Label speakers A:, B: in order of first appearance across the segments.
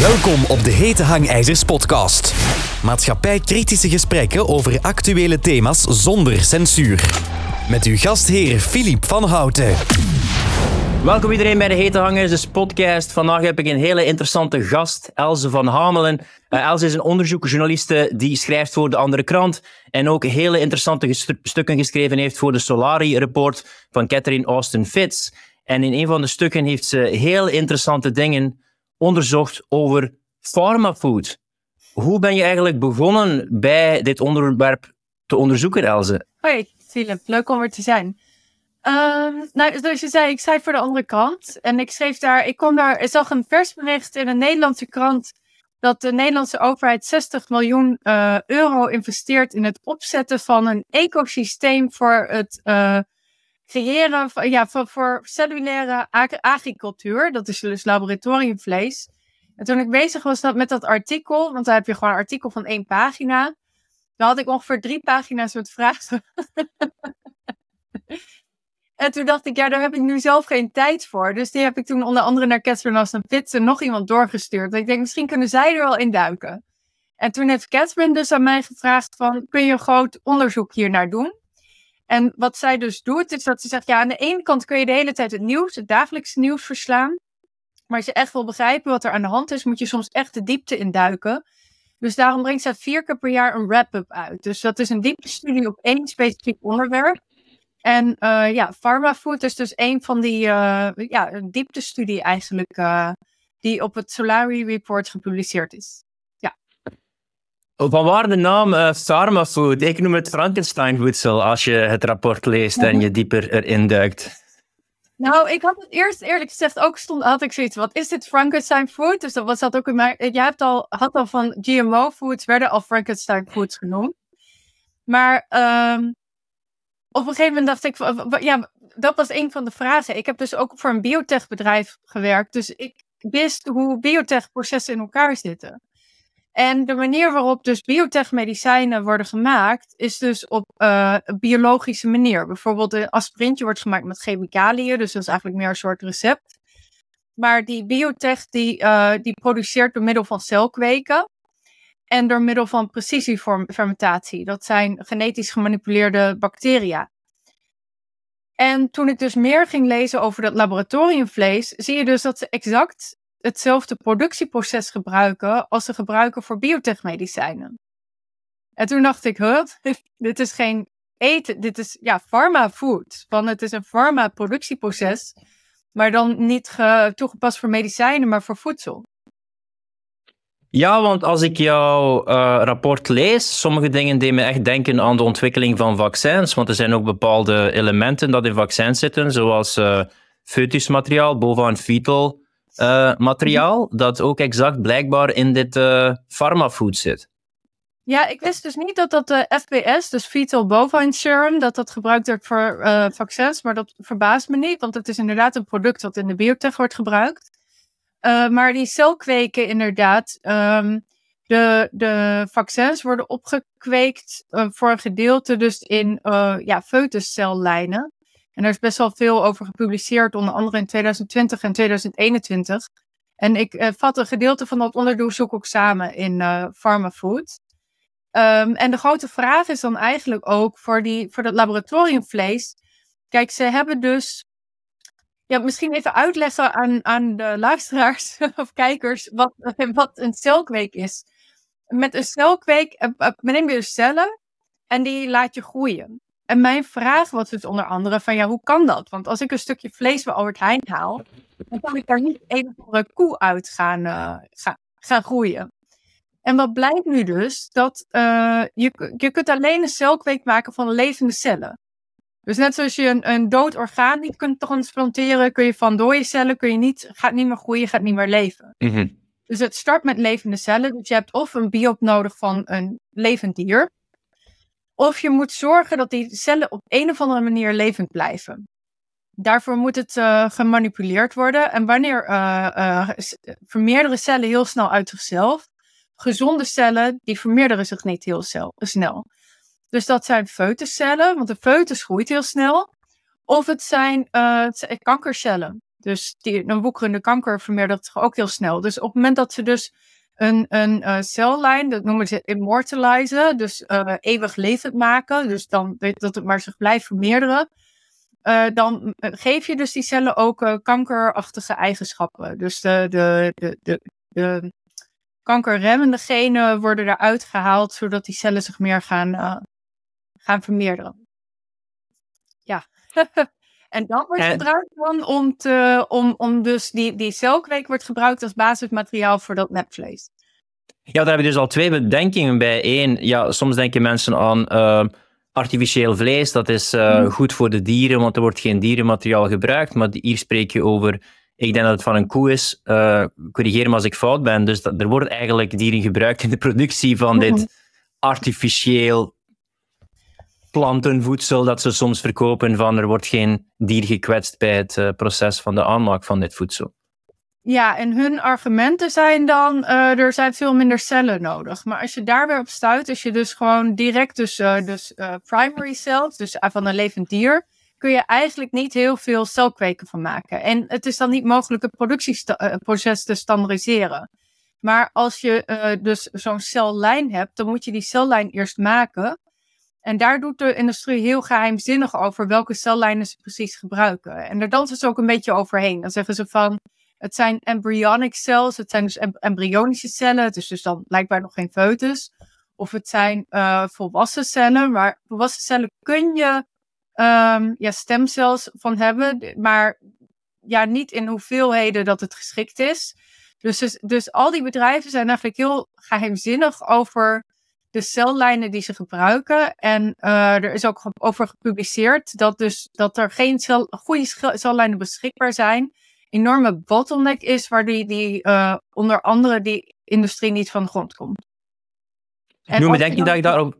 A: Welkom op de Hete Hangijzers podcast. Maatschappij-kritische gesprekken over actuele thema's zonder censuur. Met uw gastheer Filip van Houten.
B: Welkom iedereen bij de Hete Hangijzers podcast. Vandaag heb ik een hele interessante gast, Else van Hamelen. Else is een onderzoeksjournaliste die schrijft voor De Andere Krant en ook hele interessante stukken geschreven heeft voor de Solari Report van Catherine Austin Fitts. En in een van de stukken heeft ze heel interessante dingen onderzocht over pharmafood. Hoe ben je eigenlijk begonnen bij dit onderwerp te onderzoeken, Else?
C: Hoi, Philip. Leuk om er te zijn. Zoals je zei, ik schrijf voor De Andere Krant. En ik zag een persbericht in een Nederlandse krant dat de Nederlandse overheid 60 miljoen euro investeert in het opzetten van een ecosysteem voor het creëren voor cellulaire agricultuur. Dat is dus laboratoriumvlees. En toen ik bezig was met dat artikel, want daar heb je gewoon een artikel van 1 pagina. Dan had ik ongeveer 3 pagina's met vragen. En toen dacht ik, daar heb ik nu zelf geen tijd voor. Dus die heb ik toen onder andere naar Catherine Austin Fitts en nog iemand doorgestuurd. En ik denk, misschien kunnen zij er wel in duiken. En toen heeft Catherine dus aan mij gevraagd van, kun je een groot onderzoek hier naar doen? En wat zij dus doet, is dat ze zegt, aan de ene kant kun je de hele tijd het dagelijkse nieuws verslaan. Maar als je echt wil begrijpen wat er aan de hand is, moet je soms echt de diepte induiken. Dus daarom brengt zij 4 keer per jaar een wrap-up uit. Dus dat is een dieptestudie op 1 specifiek onderwerp. En pharmafood is dus een van die, een dieptestudie eigenlijk, die op het Solari Report gepubliceerd is. Ja.
B: Van waar de naam pharmafood? Ik noem het Frankenstein-voedsel als je het rapport leest en je dieper erin duikt.
C: Nou, ik had het eerst eerlijk gezegd ook had ik zoiets, wat is dit Frankenstein food? Dus dat zat ook in mijn, jij had al van GMO foods, werden al Frankenstein foods genoemd. Maar op een gegeven moment dacht ik, dat was een van de vragen. Ik heb dus ook voor een biotechbedrijf gewerkt, dus ik wist hoe biotechprocessen in elkaar zitten. En de manier waarop dus biotechmedicijnen worden gemaakt, is dus op een biologische manier. Bijvoorbeeld een aspirintje wordt gemaakt met chemicaliën, dus dat is eigenlijk meer een soort recept. Maar die biotech die produceert door middel van celkweken en door middel van precisiefermentatie. Dat zijn genetisch gemanipuleerde bacteria. En toen ik dus meer ging lezen over dat laboratoriumvlees, zie je dus dat ze exact hetzelfde productieproces gebruiken als ze gebruiken voor biotechmedicijnen. En toen dacht ik, dit is geen eten, dit is pharmafood. Want het is een pharma-productieproces, maar dan niet toegepast voor medicijnen, maar voor voedsel.
B: Ja, want als ik jouw rapport lees, sommige dingen deden me echt denken aan de ontwikkeling van vaccins, want er zijn ook bepaalde elementen dat in vaccins zitten, zoals foetusmateriaal, bovine fetal materiaal, dat ook exact blijkbaar in dit pharmafood zit.
C: Ja, ik wist dus niet dat FBS, dus fetal bovine serum, dat gebruikt wordt voor vaccins, maar dat verbaast me niet, want het is inderdaad een product dat in de biotech wordt gebruikt. Maar die celkweken inderdaad, de vaccins worden opgekweekt voor een gedeelte dus in foetuscellijnen. En daar is best wel veel over gepubliceerd, onder andere in 2020 en 2021. En ik vat een gedeelte van dat onderzoek ook samen in pharmafood. En de grote vraag is dan eigenlijk ook voor dat laboratoriumvlees. Kijk, ze hebben dus, misschien even uitleggen aan de luisteraars of kijkers wat een celkweek is. Met een celkweek neem je dus cellen en die laat je groeien. En mijn vraag was dus onder andere van, hoe kan dat? Want als ik een stukje vlees bij Albert Heijn haal, dan kan ik daar niet een of andere koe uit gaan groeien. En wat blijkt nu dus? Dat je kunt alleen een celkweek maken van levende cellen. Dus net zoals je een dood orgaan niet kunt transplanteren, kun je van dode cellen, gaat niet meer groeien, gaat niet meer leven.
B: Mm-hmm.
C: Dus het start met levende cellen. Dus je hebt of een biop nodig van een levend dier, of je moet zorgen dat die cellen op een of andere manier levend blijven. Daarvoor moet het gemanipuleerd worden. En wanneer vermeerderen cellen heel snel uit zichzelf. Gezonde cellen, die vermeerderen zich niet heel snel. Dus dat zijn foetuscellen, want de foetus groeit heel snel. Of het zijn kankercellen. Dus een woekerende kanker vermeerdert zich ook heel snel. Dus op het moment dat ze dus een cellijn, dat noemen ze immortalizen, dus eeuwig levend maken, dus dan dat het maar zich blijft vermeerderen, dan geef je dus die cellen ook kankerachtige eigenschappen. Dus de kankerremmende genen worden eruit gehaald, zodat die cellen zich meer gaan vermeerderen. Ja. En dan wordt gebruikt om dus die celkweek wordt gebruikt als basismateriaal voor dat nepvlees.
B: Ja, daar hebben we dus al 2 bedenkingen bij. Eén, ja, soms denken mensen aan artificieel vlees. Dat is goed voor de dieren, want er wordt geen dierenmateriaal gebruikt. Maar hier spreek je over, ik denk dat het van een koe is. Corrigeer me als ik fout ben. Dus er worden eigenlijk dieren gebruikt in de productie van dit artificieel plantenvoedsel dat ze soms verkopen van er wordt geen dier gekwetst bij het proces van de aanmaak van dit voedsel.
C: Ja, en hun argumenten zijn dan, er zijn veel minder cellen nodig. Maar als je daar weer op stuit, als je dus gewoon direct primary cells, dus van een levend dier, kun je eigenlijk niet heel veel celkweken van maken. En het is dan niet mogelijk het productieproces te standaardiseren. Maar als je dus zo'n cellijn hebt, dan moet je die cellijn eerst maken. En daar doet de industrie heel geheimzinnig over welke cellijnen ze precies gebruiken. En daar dansen ze ook een beetje overheen. Dan zeggen ze van, het zijn embryonic cells, het zijn dus embryonische cellen, het is dus dan blijkbaar nog geen foetus. Of het zijn volwassen cellen, maar volwassen cellen kun je stemcells van hebben, maar ja, niet in hoeveelheden dat het geschikt is. Dus al die bedrijven zijn eigenlijk heel geheimzinnig over de cellijnen die ze gebruiken. En er is ook over gepubliceerd dat er geen goede cellijnen beschikbaar zijn. Enorme bottleneck is waar die onder andere die industrie niet van de grond komt.
B: Nu bedenk je dat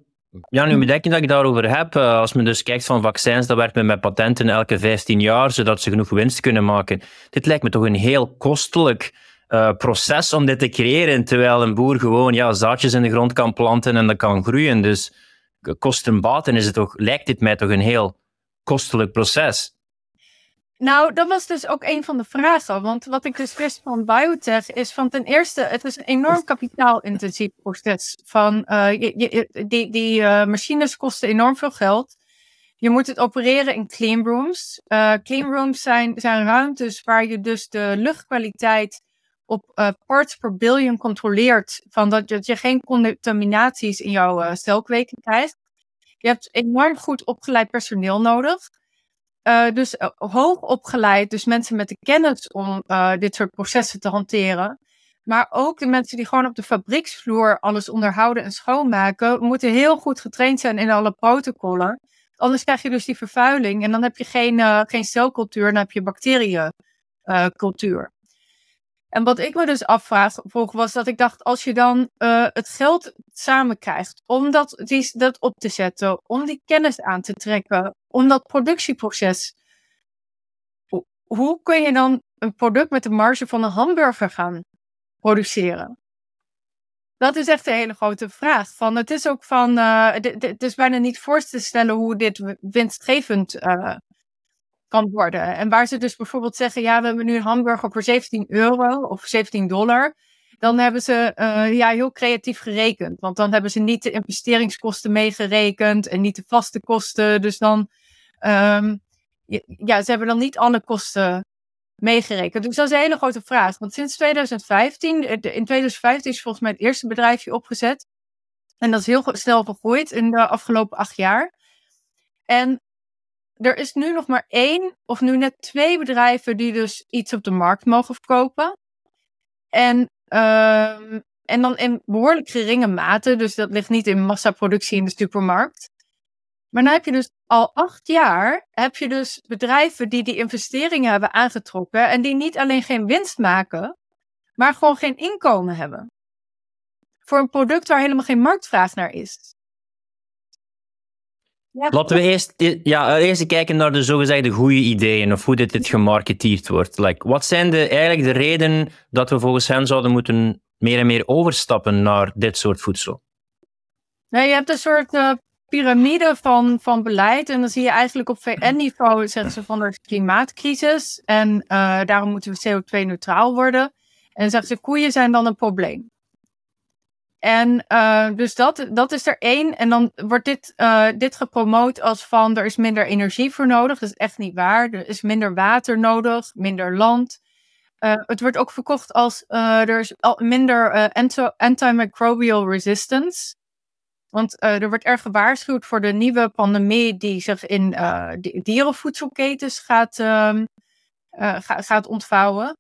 B: ik daarover heb. Als men dus kijkt van vaccins, dan werkt men met patenten elke 15 jaar, zodat ze genoeg winst kunnen maken. Dit lijkt me toch een heel kostelijk proces om dit te creëren, terwijl een boer gewoon zaadjes in de grond kan planten en dat kan groeien. Dus kosten-baten lijkt dit mij toch een heel kostelijk proces.
C: Nou, dat was dus ook een van de vragen. Want wat ik dus wist van biotech is van ten eerste, het is een enorm kapitaalintensief proces. Die machines kosten enorm veel geld. Je moet het opereren in cleanrooms. Cleanrooms zijn ruimtes waar je dus de luchtkwaliteit op parts per billion controleert. Van dat je geen contaminaties in jouw celkweken krijgt. Je hebt enorm goed opgeleid personeel nodig. Dus hoog opgeleid, dus mensen met de kennis om dit soort processen te hanteren. Maar ook de mensen die gewoon op de fabrieksvloer alles onderhouden en schoonmaken, moeten heel goed getraind zijn in alle protocollen. Anders krijg je dus die vervuiling en dan heb je geen celcultuur, dan heb je bacteriëncultuur. En wat ik me dus afvraag was dat ik dacht, als je dan het geld samen krijgt om dat op te zetten, om die kennis aan te trekken, om dat productieproces, hoe kun je dan een product met de marge van een hamburger gaan produceren? Dat is echt een hele grote vraag. Het is ook het is bijna niet voor te stellen hoe dit winstgevend kan worden. En waar ze dus bijvoorbeeld zeggen, we hebben nu een hamburger voor €17 of $17. Dan hebben ze heel creatief gerekend. Want dan hebben ze niet de investeringskosten meegerekend en niet de vaste kosten. Dus dan, ze hebben dan niet alle kosten meegerekend. Dus dat is een hele grote vraag. Want sinds 2015, in 2015 is volgens mij het eerste bedrijfje opgezet. En dat is heel snel gegroeid in de afgelopen 8 jaar. En er is nu nog maar 1 of nu net 2 bedrijven die dus iets op de markt mogen verkopen. En dan in behoorlijk geringe mate. Dus dat ligt niet in massaproductie in de supermarkt. Maar dan heb je dus al 8 jaar bedrijven die investeringen hebben aangetrokken. En die niet alleen geen winst maken, maar gewoon geen inkomen hebben. Voor een product waar helemaal geen marktvraag naar is. Ja.
B: Laten we eerst kijken naar de zogezegde goede ideeën of hoe dit gemarketeerd wordt. Wat zijn eigenlijk de redenen dat we volgens hen zouden moeten meer en meer overstappen naar dit soort voedsel?
C: Nee, je hebt een soort piramide van beleid. En dan zie je eigenlijk op VN-niveau, zeggen ze van er is klimaatcrisis. En daarom moeten we CO2-neutraal worden. En dan zeggen ze, koeien zijn dan een probleem. En dus dat is er één. En dan wordt dit gepromoot als van er is minder energie voor nodig. Dat is echt niet waar. Er is minder water nodig, minder land. Het wordt ook verkocht als er is minder antimicrobial resistance. Want er wordt erg gewaarschuwd voor de nieuwe pandemie die zich in dierenvoedselketens gaat ontvouwen.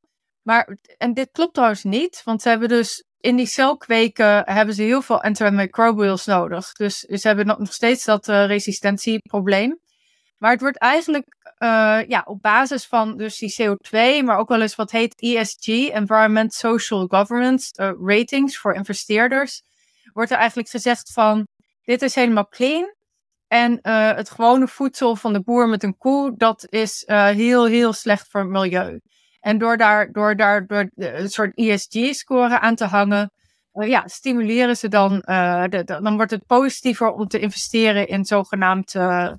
C: En dit klopt trouwens niet, want ze hebben dus in die celkweken hebben ze heel veel antimicrobials nodig. Dus ze hebben nog steeds dat resistentieprobleem. Maar het wordt eigenlijk op basis van dus die CO2, maar ook wel eens wat heet ESG, Environment Social Governance, ratings voor investeerders, wordt er eigenlijk gezegd van, dit is helemaal clean. En het gewone voedsel van de boer met een koe, dat is heel, heel slecht voor het milieu. En door daar een soort ESG-score aan te hangen, stimuleren ze dan, dan wordt het positiever om te investeren in zogenaamd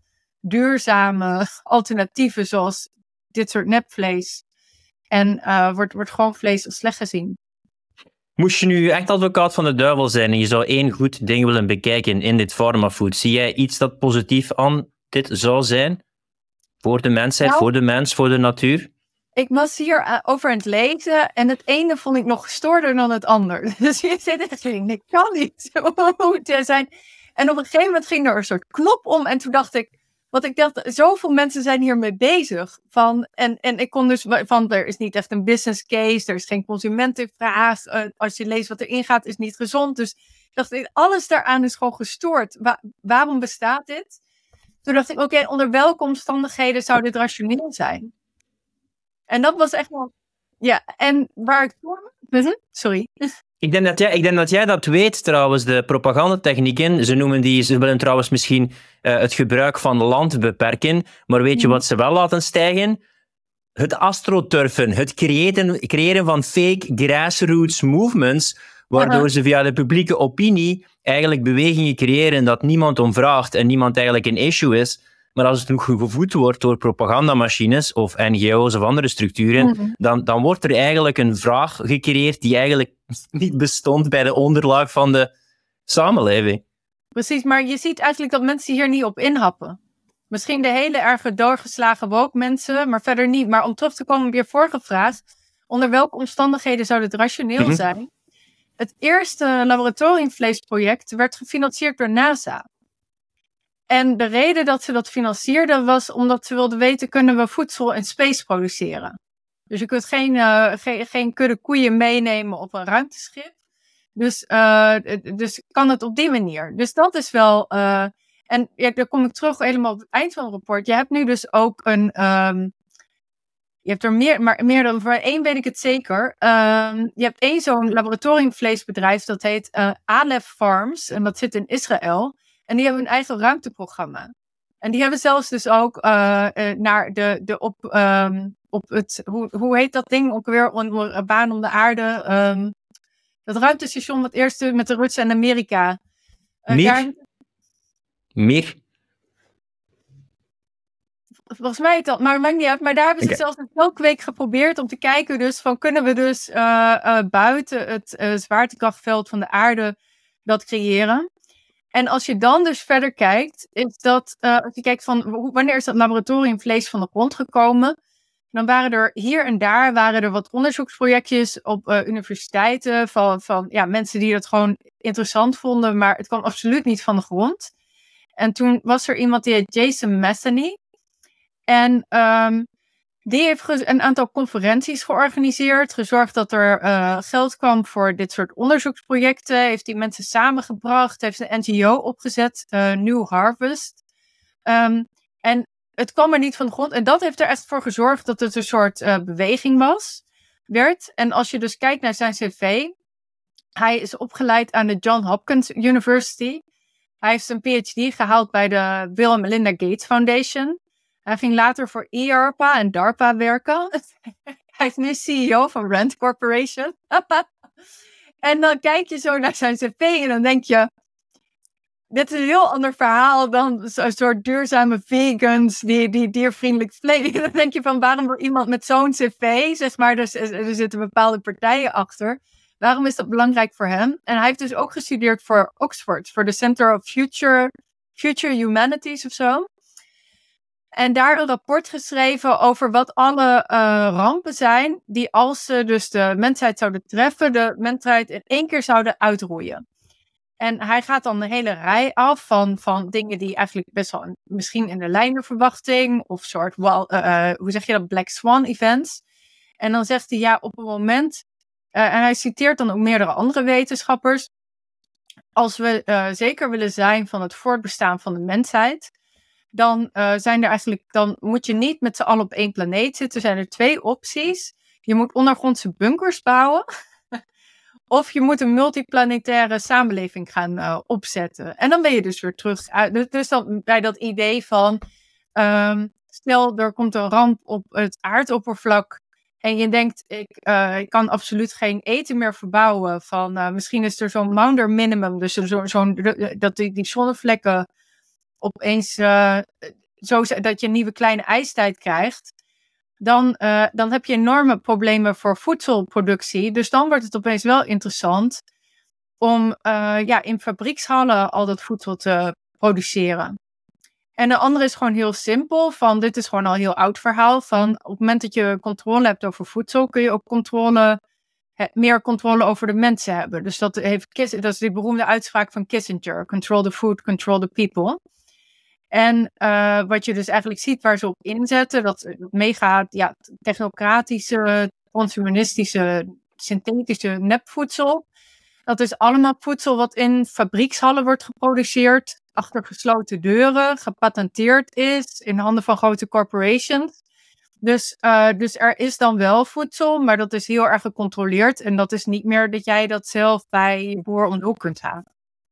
C: duurzame alternatieven, zoals dit soort nepvlees. En wordt gewoon vlees als slecht gezien.
B: Moest je nu echt advocaat van de duivel zijn en je zou één goed ding willen bekijken in dit pharmafood, zie jij iets dat positief aan dit zou zijn? Voor de mensheid, voor de mens, voor de natuur?
C: Ik was hier over aan het lezen en het ene vond ik nog gestoorder dan het ander. Dus je zit echt in, ik kan niet hoe het zijn. En op een gegeven moment ging er een soort knop om en toen dacht ik, zoveel mensen zijn hiermee bezig. En ik kon dus van, er is niet echt een business case, er is geen consumentenvraag. Als je leest wat erin gaat, is niet gezond. Dus ik dacht, alles daaraan is gewoon gestoord. Waarom bestaat dit? Toen dacht ik, oké, onder welke omstandigheden zou dit rationeel zijn? En dat was echt wel... Ja, en waar ik toen... Sorry.
B: Ik denk dat jij dat weet trouwens, de propagandatechnieken. Ze willen trouwens misschien het gebruik van land beperken. Maar weet je wat ze wel laten stijgen? Het astroturfen, het creëren van fake grassroots movements, waardoor ze via de publieke opinie eigenlijk bewegingen creëren dat niemand om vraagt en niemand eigenlijk een issue is. Maar als het nog gevoed wordt door propagandamachines of NGO's of andere structuren, dan wordt er eigenlijk een vraag gecreëerd die eigenlijk niet bestond bij de onderlaag van de samenleving.
C: Precies, maar je ziet eigenlijk dat mensen hier niet op inhappen. Misschien de hele erge doorgeslagen woke mensen, maar verder niet. Maar om terug te komen op je vorige vraag, onder welke omstandigheden zou dit rationeel zijn? Het eerste laboratoriumvleesproject werd gefinancierd door NASA. En de reden dat ze dat financierden was omdat ze wilden weten, kunnen we voedsel in space produceren? Dus je kunt geen kudde koeien meenemen op een ruimteschip. Dus kan het op die manier. Dus dat is wel... en daar kom ik terug helemaal op het eind van het rapport. Je hebt nu dus ook een... je hebt er meer dan... Voor één weet ik het zeker. Je hebt één zo'n laboratoriumvleesbedrijf, dat heet Aleph Farms. En dat zit in Israël. En die hebben een eigen ruimteprogramma. En die hebben zelfs dus ook naar op het... Hoe heet dat ding ook weer? Een baan om de aarde... dat ruimtestation wat eerst met de Russen en Amerika.
B: Meer?
C: Volgens mij het al, maar maakt niet uit. Maar daar hebben ze zelfs elke week geprobeerd om te kijken dus van kunnen we dus buiten het zwaartekrachtveld van de aarde dat creëren. En als je dan dus verder kijkt, is dat als je kijkt van wanneer is dat laboratoriumvlees van de grond gekomen, dan waren er hier en daar wat onderzoeksprojectjes op universiteiten van mensen die dat gewoon interessant vonden, maar het kwam absoluut niet van de grond. En toen was er iemand die heet Jason Metheny. En die heeft een aantal conferenties georganiseerd, gezorgd dat er geld kwam voor dit soort onderzoeksprojecten, heeft die mensen samengebracht, heeft een NGO opgezet, New Harvest. En het kwam er niet van de grond. En dat heeft er echt voor gezorgd dat het een soort beweging werd. En als je dus kijkt naar zijn cv, hij is opgeleid aan de Johns Hopkins University. Hij heeft zijn PhD gehaald bij de Bill and Melinda Gates Foundation. Hij ging later voor IARPA en DARPA werken. Hij is nu CEO van Rand Corporation. En dan kijk je zo naar zijn cv en dan denk je... dit is een heel ander verhaal dan zo'n soort duurzame vegans die diervriendelijk vlees. Dan denk je van, waarom wil iemand met zo'n cv, zeg maar, er zitten bepaalde partijen achter. Waarom is dat belangrijk voor hem? En hij heeft dus ook gestudeerd voor Oxford, voor de Center of Future Humanities of zo. En daar een rapport geschreven over wat alle rampen zijn die als ze dus de mensheid zouden treffen, de mensheid in 1 keer zouden uitroeien. En hij gaat dan een hele rij af van dingen die eigenlijk best wel misschien in de lijn der verwachting of soort, hoe zeg je dat, Black Swan events. En dan zegt hij ja, op een moment, en hij citeert dan ook meerdere andere wetenschappers, als we zeker willen zijn van het voortbestaan van de mensheid, dan dan moet je niet met z'n allen op 1 planeet zitten. Er zijn er 2 opties. Je moet ondergrondse bunkers bouwen. Of je moet een multiplanetaire samenleving gaan opzetten. En dan ben je dus weer terug. Dus dan bij dat idee van, stel er komt een ramp op het aardoppervlak. En je denkt, ik kan absoluut geen eten meer verbouwen. Misschien is er zo'n Maunder minimum. Dus dat die zonnevlekken opeens dat je een nieuwe kleine ijstijd krijgt, dan heb je enorme problemen voor voedselproductie. Dus dan wordt het opeens wel interessant om in fabriekshallen al dat voedsel te produceren. En de andere is gewoon heel simpel. Dit is gewoon al een heel oud verhaal. Op het moment dat je controle hebt over voedsel, kun je ook meer controle over de mensen hebben. Dus dat is die beroemde uitspraak van Kissinger. Control the food, control the people. En wat je dus eigenlijk ziet waar ze op inzetten, dat mega technocratische, transhumanistische, synthetische nepvoedsel. Dat is allemaal voedsel wat in fabriekshallen wordt geproduceerd, achter gesloten deuren, gepatenteerd is, in handen van grote corporations. Dus er is dan wel voedsel, maar dat is heel erg gecontroleerd. En dat is niet meer dat jij dat zelf bij je boer om de hoek kunt halen.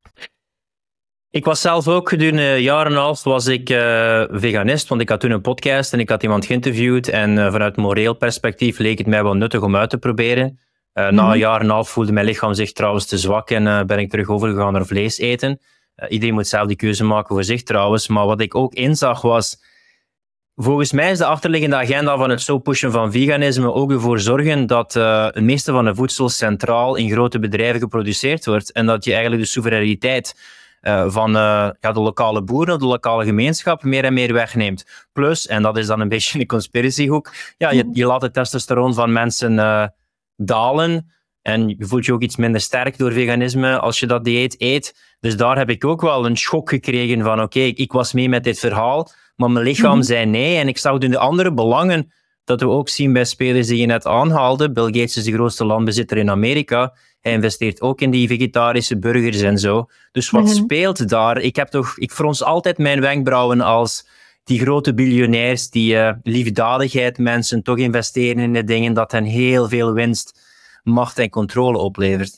B: Ik was zelf ook gedurende een jaar en een half was ik veganist, want ik had toen een podcast en ik had iemand geïnterviewd en vanuit moreel perspectief leek het mij wel nuttig om uit te proberen. Na een jaar en een half voelde mijn lichaam zich trouwens te zwak en ben ik terug overgegaan naar vlees eten. Iedereen moet zelf die keuze maken voor zich trouwens, maar wat ik ook inzag was, volgens mij is de achterliggende agenda van het zo pushen van veganisme ook ervoor zorgen dat het meeste van de voedsel centraal in grote bedrijven geproduceerd wordt en dat je eigenlijk de soevereiniteit van de lokale boeren of de lokale gemeenschap meer en meer wegneemt. Plus, en dat is dan een beetje een conspiratiehoek, je laat het testosteron van mensen dalen en je voelt je ook iets minder sterk door veganisme als je dat dieet eet. Dus daar heb ik ook wel een schok gekregen van oké, ik was mee met dit verhaal, maar mijn lichaam zei nee en ik zag de andere belangen dat we ook zien bij spelers die je net aanhaalde. Bill Gates is de grootste landbezitter in Amerika. Hij investeert ook in die vegetarische burgers en zo. Dus wat speelt daar? Ik frons altijd mijn wenkbrauwen als die grote biljonairs die liefdadigheid mensen toch investeren in de dingen dat hen heel veel winst, macht en controle oplevert.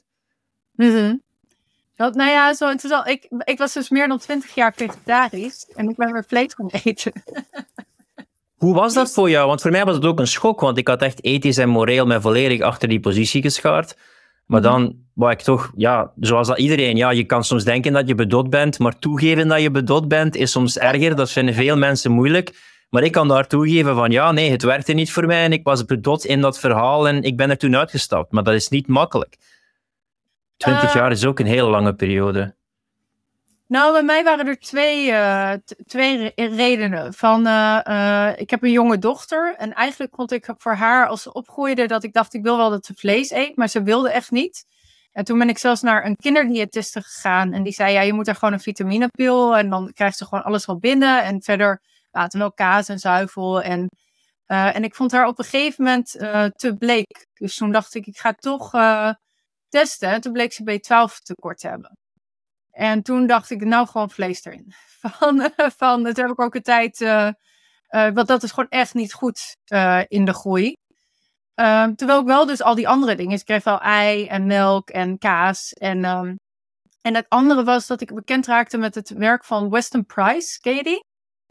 C: Ik was dus meer dan 20 jaar vegetarisch en ik ben weer vlees gaan eten.
B: Hoe was dat voor jou? Want voor mij was het ook een schok, want ik had echt ethisch en moreel mij volledig achter die positie geschaard. Maar dan wou ik toch, zoals dat iedereen, je kan soms denken dat je bedot bent, maar toegeven dat je bedot bent is soms erger. Dat vinden veel mensen moeilijk. Maar ik kan daar toegeven van, nee, het werkte niet voor mij en ik was bedot in dat verhaal en ik ben er toen uitgestapt. Maar dat is niet makkelijk. 20 jaar is ook een hele lange periode.
C: Nou, bij mij waren er twee redenen. Ik heb een jonge dochter en eigenlijk vond ik voor haar als ze opgroeide dat ik dacht, ik wil wel dat ze vlees eet, maar ze wilde echt niet. En toen ben ik zelfs naar een kinderdiëtiste gegaan en die zei, je moet er gewoon een vitaminepil en dan krijgt ze gewoon alles wel binnen en verder watermelk, kaas en zuivel. En ik vond haar op een gegeven moment te bleek. Dus toen dacht ik ga toch testen. En toen bleek ze B12 tekort te hebben. En toen dacht ik, nou gewoon vlees erin. Dat heb ik ook een tijd, want dat is gewoon echt niet goed in de groei. Terwijl ik wel dus al die andere dingen, ik kreeg wel ei en melk en kaas. En het andere was dat ik bekend raakte met het werk van Weston Price. Ken je die?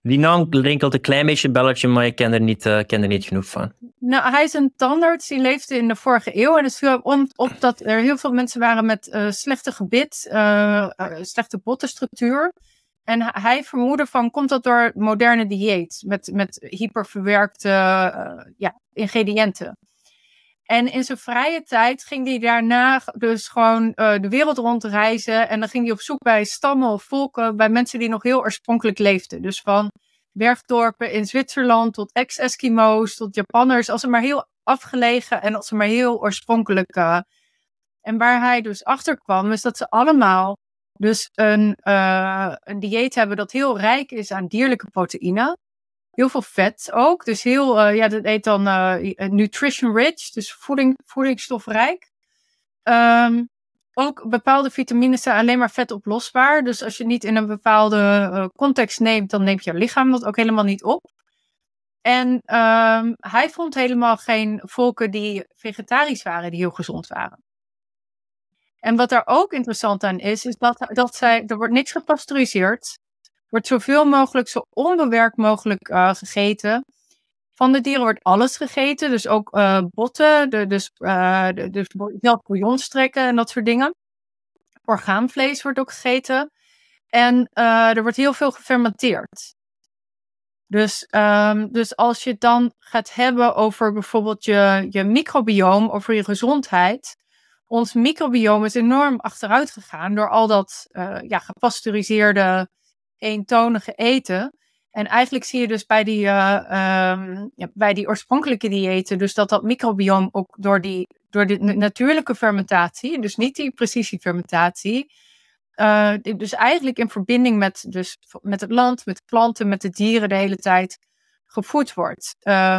B: Die naam rinkelt een klein beetje een belletje, maar ik ken er niet genoeg van.
C: Nou, hij is een tandarts, die leefde in de vorige eeuw. En het viel op dat er heel veel mensen waren met slechte gebit, slechte bottenstructuur. En hij vermoedde van, komt dat door moderne dieet? Met hyperverwerkte ingrediënten. En in zijn vrije tijd ging hij daarna dus gewoon de wereld rondreizen. En dan ging hij op zoek bij stammen of volken, bij mensen die nog heel oorspronkelijk leefden. Dus van bergdorpen in Zwitserland tot ex-Eskimo's tot Japanners. Als ze maar heel afgelegen en als ze maar heel oorspronkelijk. En waar hij dus achter kwam, is dat ze allemaal dus een dieet hebben dat heel rijk is aan dierlijke proteïne. Heel veel vet ook. Dus heel, dat heet dan nutrition rich. Dus voedingsstofrijk. Ook bepaalde vitamines zijn alleen maar vetoplosbaar. Dus als je het niet in een bepaalde context neemt, dan neemt je lichaam dat ook helemaal niet op. En hij vond helemaal geen volken die vegetarisch waren, die heel gezond waren. En wat daar ook interessant aan is dat er wordt niks gepasteuriseerd. Wordt zoveel mogelijk, zo onbewerkt mogelijk gegeten. Van de dieren wordt alles gegeten. Dus ook botten, dus zelf bouillonstrekken en dat soort dingen. Orgaanvlees wordt ook gegeten. En er wordt heel veel gefermenteerd. Dus als je het dan gaat hebben over bijvoorbeeld je microbioom, over je gezondheid. Ons microbioom is enorm achteruit gegaan door al dat gepasteuriseerde, eentonige eten. En eigenlijk zie je dus bij die oorspronkelijke diëten, dus dat microbioom ook door de natuurlijke fermentatie, dus niet die precisiefermentatie, dus eigenlijk in verbinding met het land, met de planten, met de dieren de hele tijd gevoed wordt.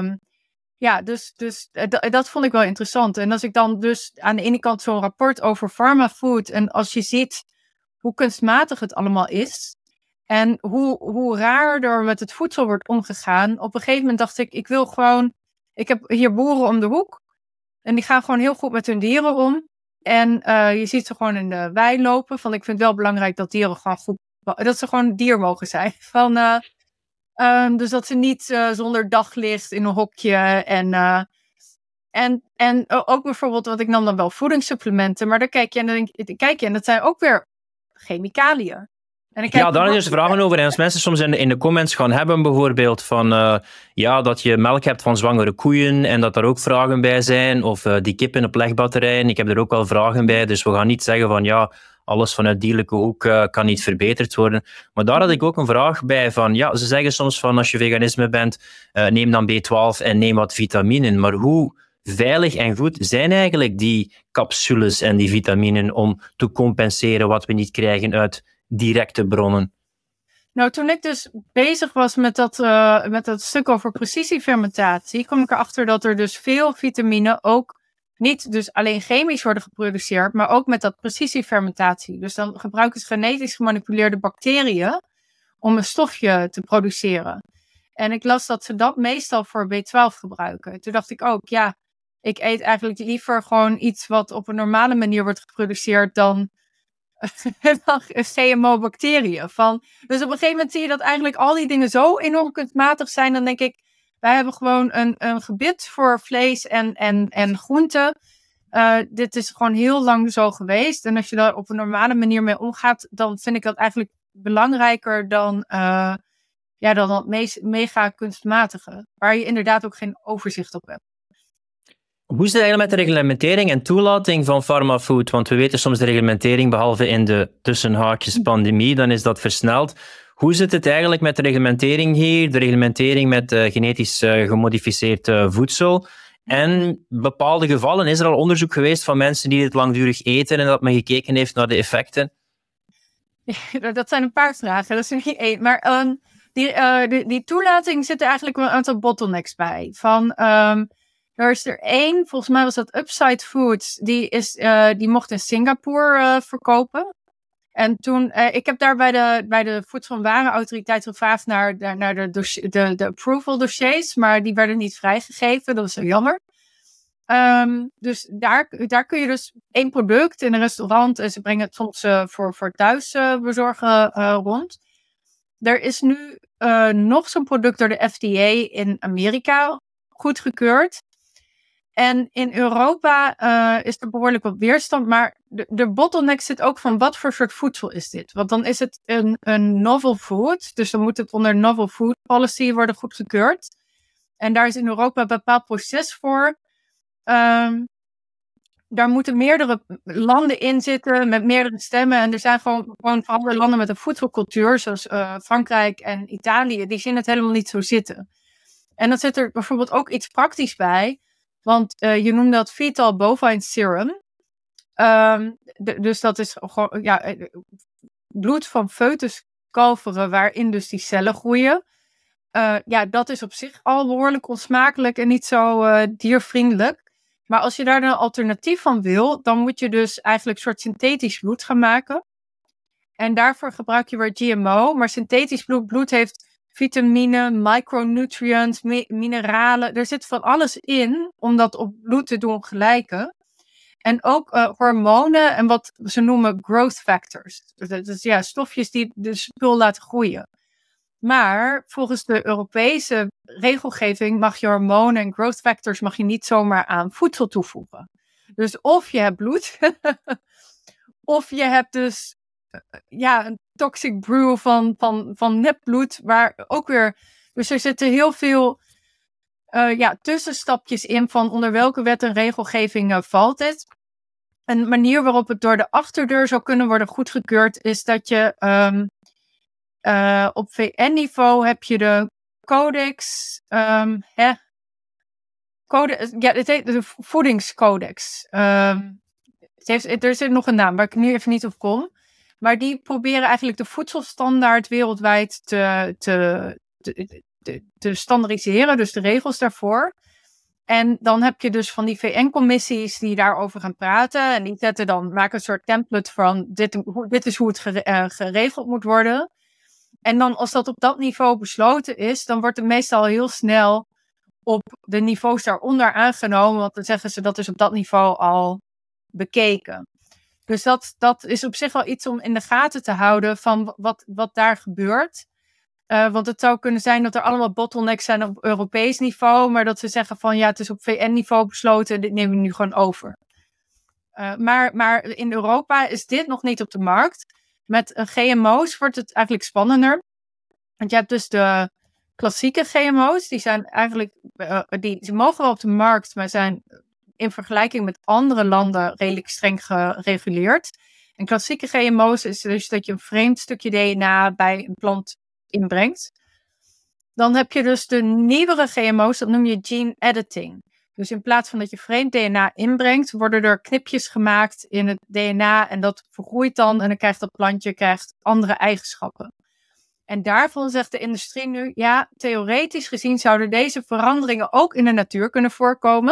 C: Dat vond ik wel interessant. En als ik dan dus aan de ene kant zo'n rapport over pharmafood, en als je ziet hoe kunstmatig het allemaal is, en hoe raar er met het voedsel wordt omgegaan. Op een gegeven moment dacht ik ik heb hier boeren om de hoek. En die gaan gewoon heel goed met hun dieren om. En je ziet ze gewoon in de wei lopen. Ik vind het wel belangrijk dat dieren gewoon dat ze gewoon dier mogen zijn. Dus dat ze niet zonder daglicht in een hokje. En ook bijvoorbeeld, wat ik nam dan wel voedingssupplementen. Maar daar kijk je en dat zijn ook weer chemicaliën.
B: Daar is dus vragen over. En als mensen soms in de comments gaan hebben, bijvoorbeeld van dat je melk hebt van zwangere koeien en dat daar ook vragen bij zijn, of die kippen op legbatterijen, ik heb er ook wel vragen bij, dus we gaan niet zeggen van alles vanuit dierlijke hoek kan niet verbeterd worden. Maar daar had ik ook een vraag bij van, ze zeggen soms van als je veganisme bent, neem dan B12 en neem wat vitaminen, maar hoe veilig en goed zijn eigenlijk die capsules en die vitaminen om te compenseren wat we niet krijgen uit directe bronnen?
C: Nou, toen ik dus bezig was met dat stuk over precisiefermentatie, kwam ik erachter dat er dus veel vitamine ook niet dus alleen chemisch worden geproduceerd, maar ook met dat precisiefermentatie. Dus dan gebruiken ze genetisch gemanipuleerde bacteriën om een stofje te produceren. En ik las dat ze dat meestal voor B12 gebruiken. Toen dacht ik ook, ik eet eigenlijk liever gewoon iets wat op een normale manier wordt geproduceerd dan GMO-bacteriën. Dus op een gegeven moment zie je dat eigenlijk al die dingen zo enorm kunstmatig zijn. Dan denk ik, wij hebben gewoon een gebit voor vlees en groenten. Dit is gewoon heel lang zo geweest. En als je daar op een normale manier mee omgaat, dan vind ik dat eigenlijk belangrijker dan dat mega kunstmatige. Waar je inderdaad ook geen overzicht op hebt.
B: Hoe is het eigenlijk met de reglementering en toelating van pharmafood? Want we weten soms de reglementering, behalve in de tussenhaakjes pandemie, dan is dat versneld. Hoe zit het eigenlijk met de reglementering hier? De reglementering met genetisch gemodificeerd voedsel? En bepaalde gevallen, is er al onderzoek geweest van mensen die dit langdurig eten en dat men gekeken heeft naar de effecten?
C: Dat zijn een paar vragen, dat is er niet één. Maar die toelating zit er eigenlijk wel een aantal bottlenecks bij. Er is er één, volgens mij was dat Upside Foods, die mocht in Singapore verkopen. En toen, ik heb daar bij de Voedsel- en Warenautoriteit gevraagd naar de approval dossiers, maar die werden niet vrijgegeven, dat is zo jammer. Dus daar kun je dus één product in een restaurant, en ze brengen het soms voor thuis bezorgen rond. Er is nu nog zo'n product door de FDA in Amerika goedgekeurd. En in Europa is er behoorlijk wat weerstand. Maar de bottleneck zit ook van wat voor soort voedsel is dit? Want dan is het een novel food. Dus dan moet het onder novel food policy worden goedgekeurd. En daar is in Europa een bepaald proces voor. Daar moeten meerdere landen in zitten met meerdere stemmen. En er zijn gewoon andere landen met een voedselcultuur, zoals Frankrijk en Italië, die zien het helemaal niet zo zitten. En dan zit er bijvoorbeeld ook iets praktisch bij. Want je noemde dat fetal bovine serum. Dus dat is gewoon bloed van foetuskalveren waarin dus die cellen groeien. Dat is op zich al behoorlijk onsmakelijk en niet zo diervriendelijk. Maar als je daar een alternatief van wil, dan moet je dus eigenlijk een soort synthetisch bloed gaan maken. En daarvoor gebruik je weer GMO. Maar synthetisch bloed heeft vitamine, micronutrients, mineralen. Er zit van alles in om dat op bloed te doen gelijken. En ook hormonen en wat ze noemen growth factors. Dus stofjes die de spul laten groeien. Maar volgens de Europese regelgeving mag je hormonen en growth factors mag je niet zomaar aan voedsel toevoegen. Dus of je hebt bloed, of je hebt dus een toxic brew van nepbloed, waar ook weer. Dus er zitten heel veel tussenstapjes in van onder welke wet en regelgeving valt het. Een manier waarop het door de achterdeur zou kunnen worden goedgekeurd is dat je op VN-niveau heb je de codex. Het heet de voedingscodex. Er zit nog een naam waar ik nu even niet op kom. Maar die proberen eigenlijk de voedselstandaard wereldwijd te standaardiseren. Dus de regels daarvoor. En dan heb je dus van die VN-commissies die daarover gaan praten. En die maken een soort template van dit is hoe het geregeld moet worden. En dan als dat op dat niveau besloten is, dan wordt het meestal heel snel op de niveaus daaronder aangenomen. Want dan zeggen ze dat is op dat niveau al bekeken. Dus dat is op zich wel iets om in de gaten te houden van wat daar gebeurt. Want het zou kunnen zijn dat er allemaal bottlenecks zijn op Europees niveau. Maar dat ze zeggen van het is op VN-niveau besloten. Dit nemen we nu gewoon over. Maar in Europa is dit nog niet op de markt. Met GMO's wordt het eigenlijk spannender. Want je hebt dus de klassieke GMO's. Die zijn eigenlijk, die mogen wel op de markt, maar zijn in vergelijking met andere landen redelijk streng gereguleerd. En klassieke GMO's is dus dat je een vreemd stukje DNA bij een plant inbrengt. Dan heb je dus de nieuwere GMO's, dat noem je gene editing. Dus in plaats van dat je vreemd DNA inbrengt, worden er knipjes gemaakt in het DNA en dat vergroeit dan en dan krijgt dat plantje andere eigenschappen. En daarvan zegt de industrie nu, theoretisch gezien zouden deze veranderingen ook in de natuur kunnen voorkomen.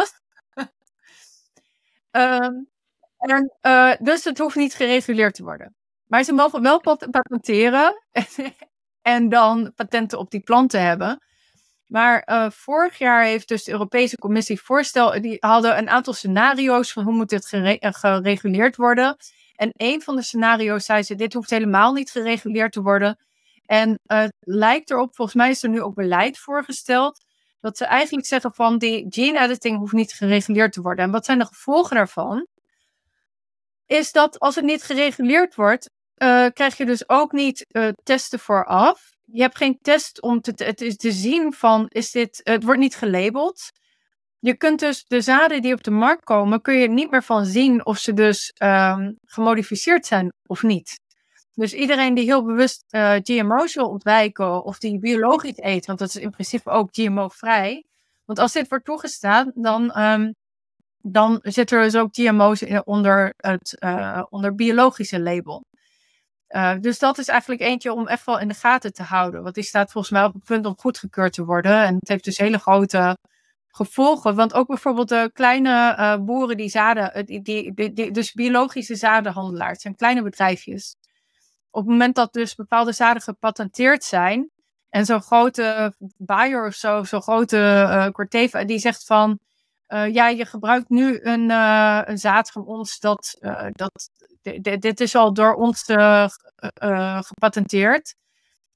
C: Dus het hoeft niet gereguleerd te worden. Maar ze mogen wel patenteren en dan patenten op die planten hebben. Maar vorig jaar heeft dus de Europese Commissie die hadden een aantal scenario's van hoe moet dit gereguleerd worden. En een van de scenario's zei ze, dit hoeft helemaal niet gereguleerd te worden. En het lijkt erop, volgens mij is er nu ook beleid voorgesteld, dat ze eigenlijk zeggen van die gene editing hoeft niet gereguleerd te worden. En wat zijn de gevolgen daarvan? Is dat als het niet gereguleerd wordt, krijg je dus ook niet testen vooraf. Je hebt geen test om te zien van, het wordt niet gelabeld. Je kunt dus de zaden die op de markt komen, kun je niet meer van zien of ze dus gemodificeerd zijn of niet. Dus iedereen die heel bewust GMO's wil ontwijken of die biologisch eet, want dat is in principe ook GMO-vrij. Want als dit wordt toegestaan, dan zitten er dus ook GMO's onder biologische label. Dus dat is eigenlijk eentje om echt wel in de gaten te houden. Want die staat volgens mij op het punt om goedgekeurd te worden. En het heeft dus hele grote gevolgen. Want ook bijvoorbeeld de kleine boeren die zaden, dus biologische zadenhandelaars, zijn kleine bedrijfjes. Op het moment dat dus bepaalde zaden gepatenteerd zijn en zo'n grote Bayer of zo'n grote Corteva, die zegt van je gebruikt nu een zaad van ons dit is al door ons gepatenteerd.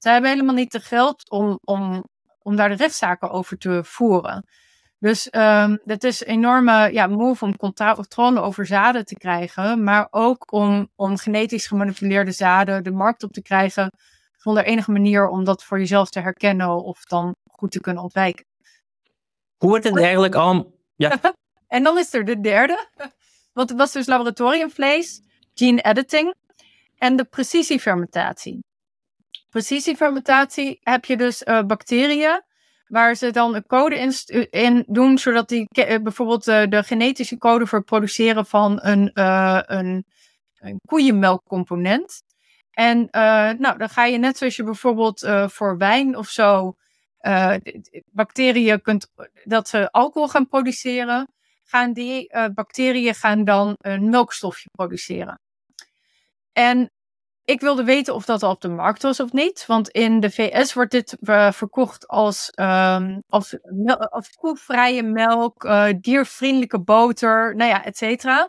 C: Zij hebben helemaal niet de geld om daar de rechtszaken over te voeren. Dus het is een enorme move om controle over zaden te krijgen. Maar ook om genetisch gemanipuleerde zaden de markt op te krijgen. Zonder enige manier om dat voor jezelf te herkennen of dan goed te kunnen ontwijken.
B: Hoe wordt het eigenlijk al... Ja.
C: En dan is er de derde. Want het was dus laboratoriumvlees, gene editing en de precisiefermentatie. Precisiefermentatie heb je dus bacteriën waar ze dan een code in doen, zodat die bijvoorbeeld de genetische code voor het produceren van een koeienmelkcomponent. En dan ga je net zoals je bijvoorbeeld voor wijn of zo bacteriën dat ze alcohol gaan produceren, gaan die bacteriën dan een melkstofje produceren. En ik wilde weten of dat al op de markt was of niet. Want in de VS wordt dit verkocht als koevrije melk, diervriendelijke boter, et cetera.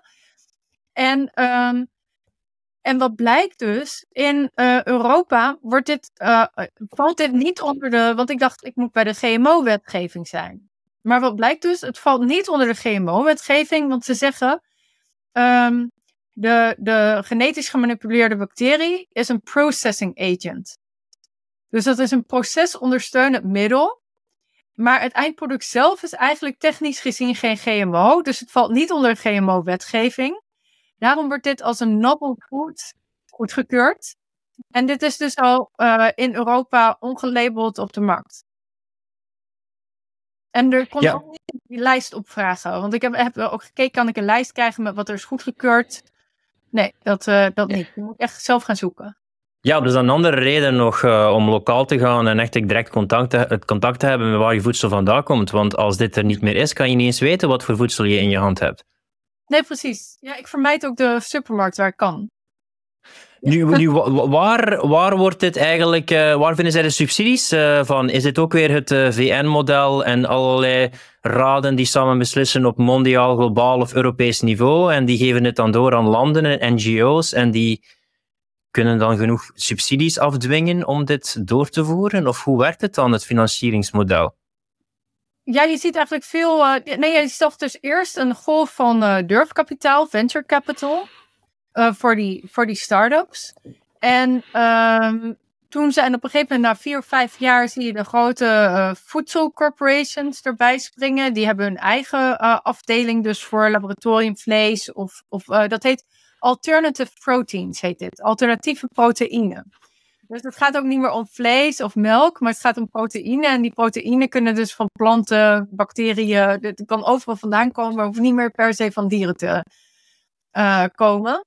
C: En wat blijkt dus, in Europa valt dit niet onder want ik dacht, ik moet bij de GMO-wetgeving zijn. Maar wat blijkt dus, het valt niet onder de GMO-wetgeving, want ze zeggen, de genetisch gemanipuleerde bacterie is een processing agent. Dus dat is een procesondersteunend middel. Maar het eindproduct zelf is eigenlijk technisch gezien geen GMO. Dus het valt niet onder de GMO-wetgeving. Daarom wordt dit als een novel food goedgekeurd. En dit is dus al in Europa ongelabeld op de markt. En er kon ook niet die lijst opvragen. Want ik heb ook gekeken, kan ik een lijst krijgen met wat er is goedgekeurd? Nee, dat niet. Je moet echt zelf gaan zoeken.
B: Ja, dus een andere reden nog om lokaal te gaan en echt direct contact te hebben met waar je voedsel vandaan komt. Want als dit er niet meer is, kan je niet eens weten wat voor voedsel je in je hand hebt.
C: Nee, precies. Ja, ik vermijd ook de supermarkt waar ik kan.
B: Nu waar wordt dit eigenlijk, waar vinden zij de subsidies van? Is dit ook weer het VN-model en allerlei raden die samen beslissen op mondiaal, globaal of Europees niveau en die geven het dan door aan landen en NGO's en die kunnen dan genoeg subsidies afdwingen om dit door te voeren? Of hoe werkt het dan, het financieringsmodel?
C: Ja, je ziet eigenlijk veel... je zag dus eerst een golf van durfkapitaal, venture capital, voor die start-ups. En toen zijn op een gegeven moment, na 4 of 5 jaar, zie je de grote voedselcorporations erbij springen. Die hebben hun eigen afdeling dus voor laboratoriumvlees. Of dat heet alternative proteins, heet dit. Alternatieve proteïnen. Dus het gaat ook niet meer om vlees of melk, maar het gaat om proteïne. En die proteïnen kunnen dus van planten, bacteriën, het kan overal vandaan komen, maar hoeft niet meer per se van dieren te komen.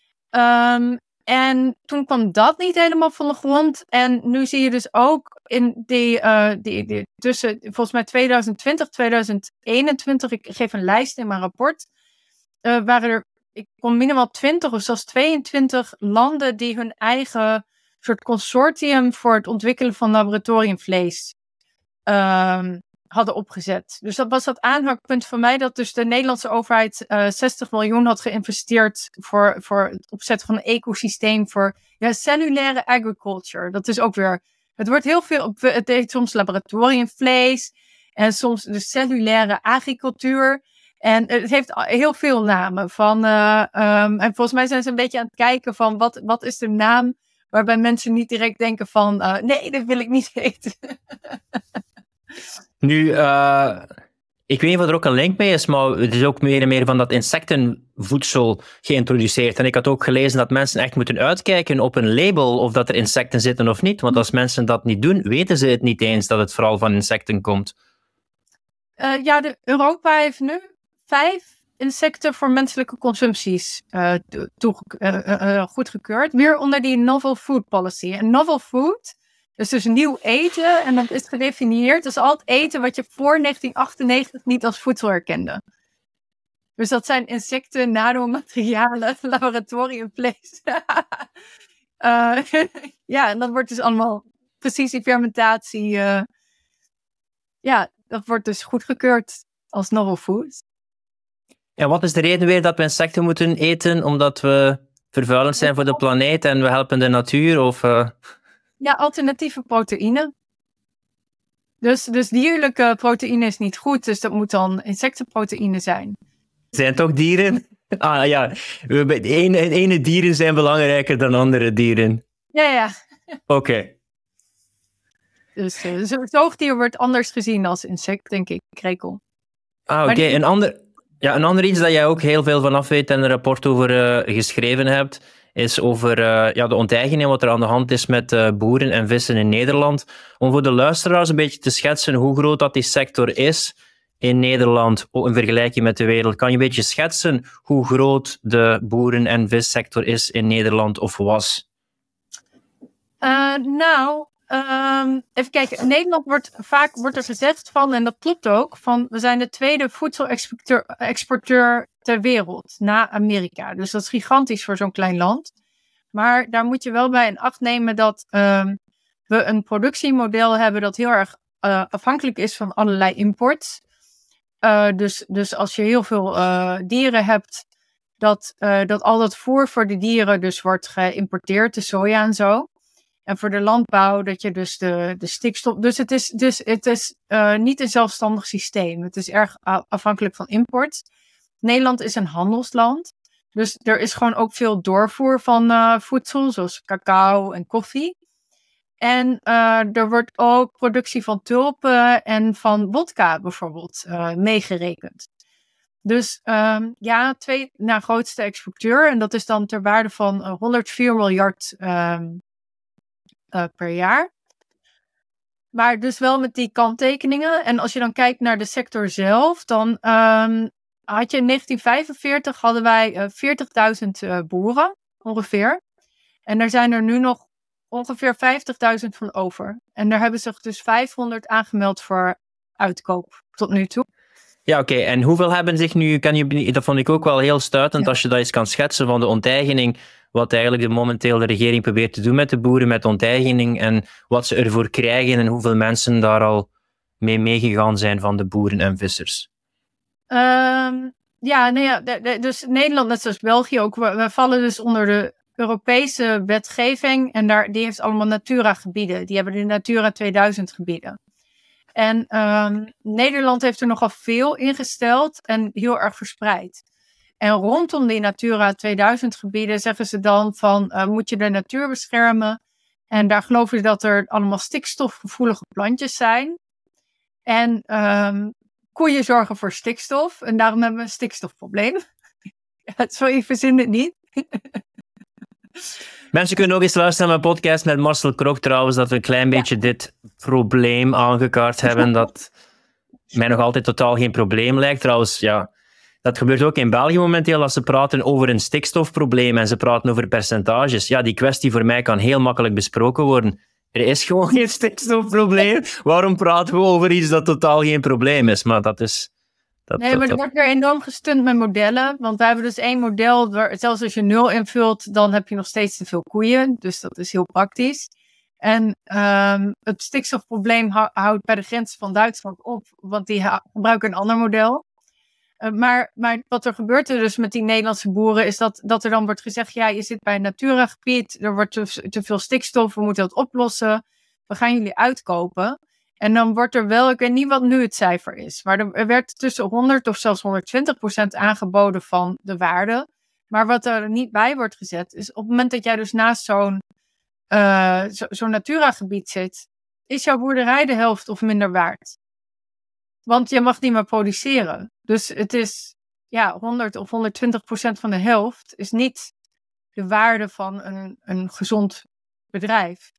C: En toen kwam dat niet helemaal van de grond. En nu zie je dus ook in die tussen, volgens mij 2020, 2021, ik geef een lijst in mijn rapport, waren er, ik kon minimaal 20 of zelfs 22 landen die hun eigen soort consortium voor het ontwikkelen van laboratoriumvlees hadden opgezet. Dus dat was dat aanhangpunt van mij, dat dus de Nederlandse overheid 60 miljoen had geïnvesteerd voor het opzetten van een ecosysteem voor cellulaire agriculture. Dat is ook weer, het wordt heel veel, het heet soms laboratoriumvlees en soms de cellulaire agricultuur. En het heeft heel veel namen. En volgens mij zijn ze een beetje aan het kijken van wat is de naam waarbij mensen niet direct denken van nee, dat wil ik niet weten.
B: Nu, ik weet niet of er ook een link mee is, maar het is ook meer en meer van dat insectenvoedsel geïntroduceerd. En ik had ook gelezen dat mensen echt moeten uitkijken op een label of dat er insecten zitten of niet. Want als mensen dat niet doen, weten ze het niet eens dat het vooral van insecten komt.
C: Europa heeft nu 5 insecten voor menselijke consumpties goedgekeurd. Weer onder die novel food policy. En novel food, dus nieuw eten, en dat is gedefinieerd als al het eten wat je voor 1998 niet als voedsel herkende. Dus dat zijn insecten, nanomaterialen, laboratoriumvlees. En dat wordt dus allemaal precisiefermentatie. Dat wordt dus goedgekeurd als novel food.
B: Ja, wat is de reden weer dat we insecten moeten eten? Omdat we vervuilend zijn voor de planeet en we helpen de natuur? Of,
C: Ja, alternatieve proteïne. Dus dierlijke proteïne is niet goed, dus dat moet dan insectenproteïne zijn.
B: Zijn toch dieren? Ah ja, ene dieren zijn belangrijker dan andere dieren.
C: Ja.
B: Oké.
C: Dus zoogdier wordt anders gezien als insect, denk ik, krekel.
B: Oké. Een ander iets dat jij ook heel veel vanaf weet en een rapport over geschreven hebt, is over de onteigening, wat er aan de hand is met boeren en vissen in Nederland. Om voor de luisteraars een beetje te schetsen hoe groot dat die sector is in Nederland in vergelijking met de wereld. Kan je een beetje schetsen hoe groot de boeren- en vissector is in Nederland of was?
C: Even kijken. In Nederland wordt er gezegd van, en dat klopt ook, van we zijn de tweede voedselexporteur ter wereld na Amerika. Dus dat is gigantisch voor zo'n klein land. Maar daar moet je wel bij in acht nemen dat we een productiemodel hebben dat heel erg afhankelijk is van allerlei imports. Dus als je heel veel dieren hebt, dat al dat voer voor de dieren dus wordt geïmporteerd, de soja en zo. En voor de landbouw dat je dus de stikstof... Dus het is niet een zelfstandig systeem. Het is erg afhankelijk van import. Nederland is een handelsland. Dus er is gewoon ook veel doorvoer van voedsel, zoals cacao en koffie. En er wordt ook productie van tulpen en van wodka bijvoorbeeld meegerekend. Dus twee na grootste exporteur. En dat is dan ter waarde van 104 miljard per jaar. Maar dus wel met die kanttekeningen. En als je dan kijkt naar de sector zelf, dan had je in 1945 hadden wij 40.000 boeren ongeveer. En er zijn er nu nog ongeveer 50.000 van over. En daar hebben zich dus 500 aangemeld voor uitkoop tot nu toe.
B: Ja, oké. En hoeveel hebben zich nu... Dat vond ik ook wel heel stuitend als je dat eens kan schetsen van de onteigening. Wat eigenlijk momenteel de regering probeert te doen met de boeren, met onteigening. En wat ze ervoor krijgen en hoeveel mensen daar al mee meegegaan zijn van de boeren en vissers.
C: Dus Nederland, net zoals België ook, we vallen dus onder de Europese wetgeving. En die heeft allemaal Natura-gebieden. Die hebben de Natura 2000 gebieden. En Nederland heeft er nogal veel ingesteld en heel erg verspreid. En rondom die Natura 2000 gebieden zeggen ze dan van moet je de natuur beschermen. En daar geloven ze dat er allemaal stikstofgevoelige plantjes zijn. En koeien zorgen voor stikstof. En daarom hebben we een stikstofprobleem. Sorry, ik verzin het niet.
B: Mensen kunnen ook eens luisteren naar mijn podcast met Marcel Krok trouwens, dat we een klein beetje dit probleem aangekaart hebben, dat mij nog altijd totaal geen probleem lijkt. Trouwens, ja, dat gebeurt ook in België momenteel, als ze praten over een stikstofprobleem en ze praten over percentages. Ja, die kwestie voor mij kan heel makkelijk besproken worden. Er is gewoon geen stikstofprobleem. Waarom praten we over iets dat totaal geen probleem is? Maar dat is...
C: Maar er wordt weer enorm gestunt met modellen. Want we hebben dus één model, zelfs als je 0 invult, dan heb je nog steeds te veel koeien. Dus dat is heel praktisch. En het stikstofprobleem houdt bij de grens van Duitsland op, want die gebruiken een ander model. Maar wat er gebeurt er dus met die Nederlandse boeren, is dat er dan wordt gezegd, ja, je zit bij een Natura-gebied, er wordt te veel stikstof, we moeten dat oplossen, we gaan jullie uitkopen. En dan wordt er wel, ik weet niet wat nu het cijfer is, maar er werd tussen 100 of zelfs 120% aangeboden van de waarde. Maar wat er niet bij wordt gezet, is op het moment dat jij dus naast zo'n Natura-gebied zit, is jouw boerderij de helft of minder waard. Want je mag niet meer produceren. Dus het is 100 of 120% van de helft is niet de waarde van een gezond bedrijf.